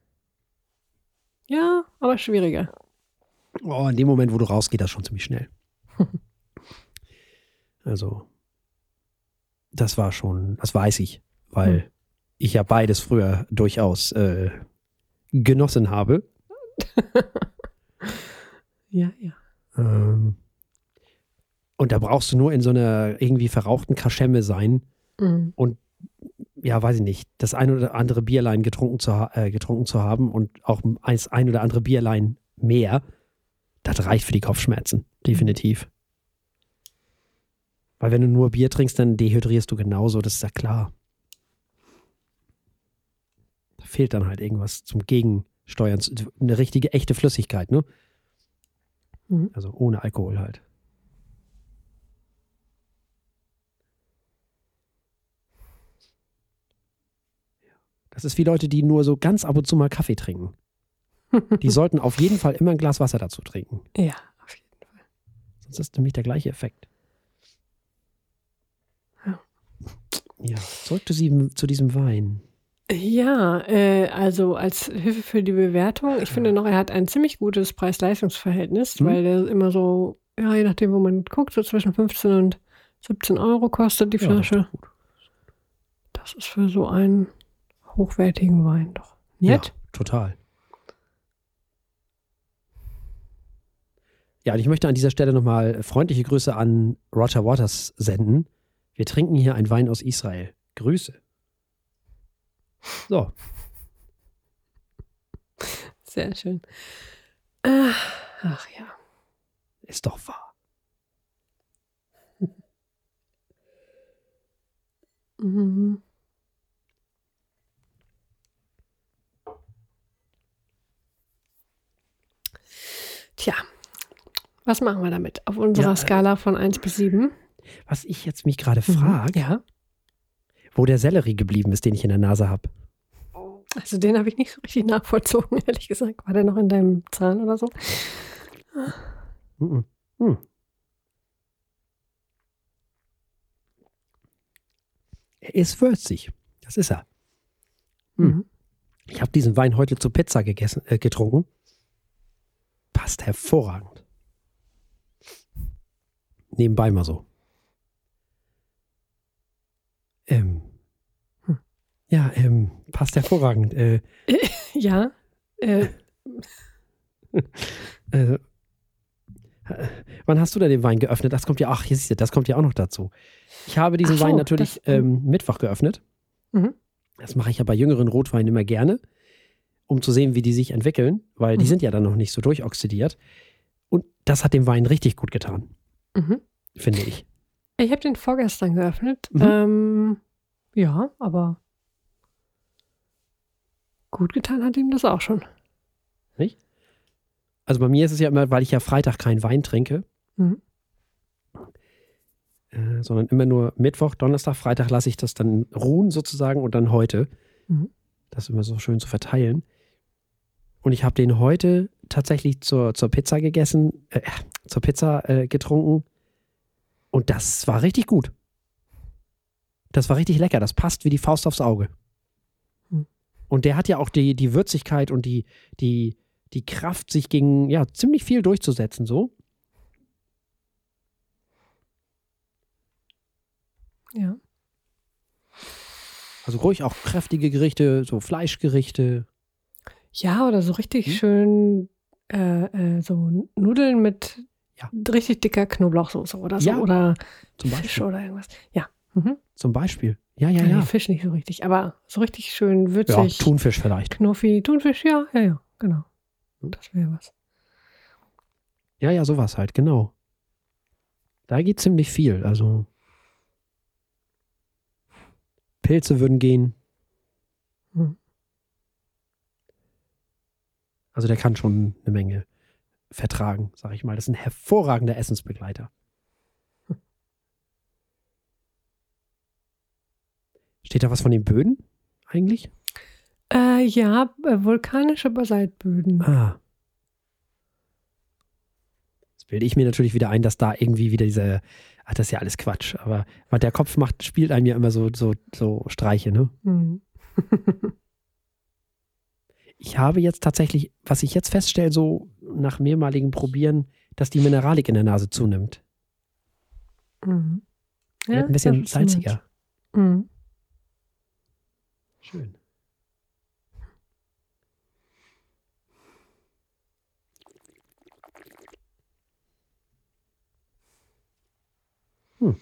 Ja, aber schwieriger. Oh, in dem Moment, wo du rausgehst, geht das schon ziemlich schnell. Also, das war schon, das weiß ich, weil Hm. ich ja beides früher durchaus äh, genossen habe. Ja, ja. Ähm, und da brauchst du nur in so einer irgendwie verrauchten Kaschemme sein, Mhm. ja, weiß ich nicht, das ein oder andere Bierlein getrunken zu, ha- äh, getrunken zu haben und auch eins, ein oder andere Bierlein mehr, das reicht für die Kopfschmerzen, definitiv. Weil wenn du nur Bier trinkst, dann dehydrierst du genauso, das ist ja klar. Da fehlt dann halt irgendwas zum Gegensteuern, eine richtige, echte Flüssigkeit, ne? Mhm. Also ohne Alkohol halt. Das ist wie Leute, die nur so ganz ab und zu mal Kaffee trinken. Die sollten auf jeden Fall immer ein Glas Wasser dazu trinken. Ja, auf jeden Fall. Sonst ist nämlich der gleiche Effekt. Ja. Ja, zurück zu diesem, zu diesem Wein. Ja, äh, also als Hilfe für die Bewertung, ich finde noch, er hat ein ziemlich gutes Preis-Leistungs-Verhältnis, Mhm. weil der immer so, ja, je nachdem, wo man guckt, so zwischen fünfzehn und siebzehn Euro kostet die Ja, das ist Flasche. doch gut. Das ist für so einen hochwertigen Wein doch nett. Ja, total. Ja, und ich möchte an dieser Stelle nochmal freundliche Grüße an Roger Waters senden. Wir trinken hier einen Wein aus Israel. Grüße. So, Sehr schön. Ah, ach ja. ist doch wahr. Mhm. Tja, was machen wir damit? Auf unserer Ja, äh, Skala von eins bis sieben? Was ich jetzt mich gerade frage, Ja. wo der Sellerie geblieben ist, den ich in der Nase habe. Also den habe ich nicht so richtig nachvollzogen, ehrlich gesagt. War der noch in deinem Zahn oder so? Mhm. Hm. Er ist würzig. Das ist er. Hm. Mhm. Ich habe diesen Wein heute zur Pizza gegessen, äh, getrunken. Passt hervorragend. Nebenbei mal so. Ähm. Hm. Ja, ähm, passt hervorragend. Äh, Ja. Äh, äh, äh, wann hast du denn den Wein geöffnet? Das kommt ja, ach, hier siehst du, das kommt ja auch noch dazu. Ich habe diesen Ach so, Wein natürlich das, ähm, Mittwoch geöffnet. mhm. Das mache ich ja bei jüngeren Rotweinen immer gerne, um zu sehen, wie die sich entwickeln, weil die Mhm. sind ja dann noch nicht so durchoxidiert. Und das hat dem Wein richtig gut getan, Mhm. finde ich. Ich habe den vorgestern geöffnet. Mhm. Ähm, ja, aber gut getan hat ihm das auch schon. Nicht? Also bei mir ist es ja immer, weil ich ja Freitag keinen Wein trinke, Mhm. äh, sondern immer nur Mittwoch, Donnerstag, Freitag lasse ich das dann ruhen sozusagen und dann heute. Mhm. Das immer so schön zu verteilen. Und ich habe den heute tatsächlich zur, zur Pizza gegessen, äh, zur Pizza äh, getrunken. Und das war richtig gut. Das war richtig lecker. Das passt wie die Faust aufs Auge. Hm. Und der hat ja auch die, die Würzigkeit und die, die, die Kraft, sich gegen ja, ziemlich viel durchzusetzen. So. Ja. Also ruhig auch kräftige Gerichte, so Fleischgerichte. Ja, oder so richtig Hm? schön äh, äh, so Nudeln mit Ja. richtig dicker Knoblauchsoße oder so. Ja, Oder Zum Fisch Beispiel. oder irgendwas. Ja. Mhm. Zum Beispiel. Ja, ja, Nee, ja. Fisch nicht so richtig, aber so richtig schön Ja, würzig. Thunfisch vielleicht. Knuffi, Thunfisch, ja, ja, ja, genau. Hm. Das wäre was. Ja, ja, sowas halt, genau. Da geht ziemlich viel. Also Pilze würden gehen. Hm. Also der kann schon eine Menge vertragen, sag ich mal. Das ist ein hervorragender Essensbegleiter. Steht da was von den Böden eigentlich? Äh, ja, äh, vulkanische Basaltböden. Ah. Jetzt bilde ich mir natürlich wieder ein, dass da irgendwie wieder diese, ach, das ist ja alles Quatsch, aber was der Kopf macht, spielt einem ja immer so, so, so Streiche, ne? Hm. Ich habe jetzt tatsächlich, was ich jetzt feststelle, so nach mehrmaligem Probieren, dass die Mineralik in der Nase zunimmt. Mhm. Wird ein bisschen das stimmt. salziger. Mhm. Schön. Hm.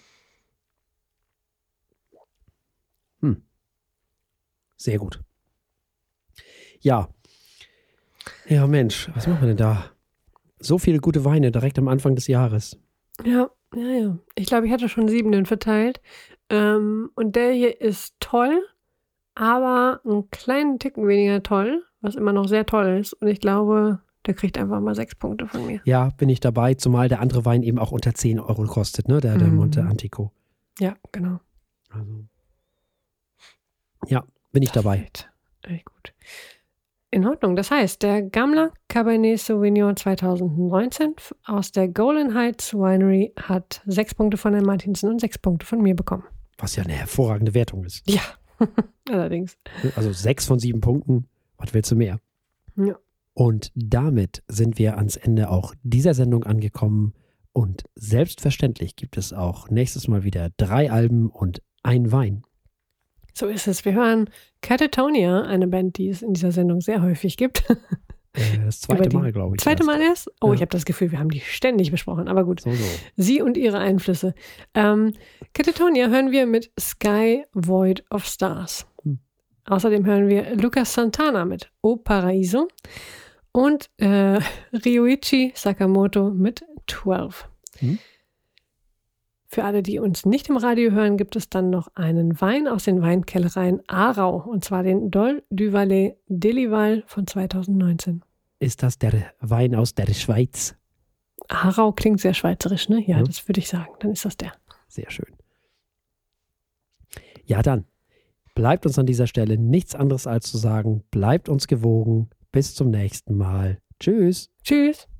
Hm. Sehr gut. Ja. Ja, Mensch, was machen wir denn da? So viele gute Weine direkt am Anfang des Jahres. Ja, ja, ja. Ich glaube, ich hatte schon siebenen verteilt. Ähm, und der hier ist toll, aber einen kleinen Ticken weniger toll, was immer noch sehr toll ist. Und ich glaube, der kriegt einfach mal sechs Punkte von mir. Ja, bin ich dabei, zumal der andere Wein eben auch unter zehn Euro kostet, ne? Der, der Mhm. Monte Antico. Ja, genau. Also. Ja, bin ich dabei. Echt, echt gut. In Ordnung. Das heißt, der Gamla Cabernet Sauvignon zwanzig neunzehn aus der Golden Heights Winery hat sechs Punkte von Herrn Martinsen und sechs Punkte von mir bekommen. Was ja eine hervorragende Wertung ist. Ja, allerdings. Also sechs von sieben Punkten. Was willst du mehr? Ja. Und damit sind wir ans Ende auch dieser Sendung angekommen. Und selbstverständlich gibt es auch nächstes Mal wieder drei Alben und ein Wein. So ist es. Wir hören Catatonia, eine Band, die es in dieser Sendung sehr häufig gibt. Äh, das zweite die Mal, glaube ich. Zweite erst. Mal erst? Oh, Ja. ich habe das Gefühl, wir haben die ständig besprochen, aber gut. So, so. Sie und ihre Einflüsse. Ähm, Catatonia hören wir mit Sky Void of Stars. Hm. Außerdem hören wir Lucas Santana mit O Paraíso und äh, Ryuichi Sakamoto mit zwölf. Hm. Für alle, die uns nicht im Radio hören, gibt es dann noch einen Wein aus den Weinkellereien Aarau, und zwar den Dol du Valais Delival von zwanzig neunzehn. Ist das der Wein aus der Schweiz? Aarau klingt sehr schweizerisch, ne? Ja, Ja. das würde ich sagen. Dann ist das der. Sehr schön. Ja, dann bleibt uns an dieser Stelle nichts anderes als zu sagen, bleibt uns gewogen. Bis zum nächsten Mal. Tschüss. Tschüss.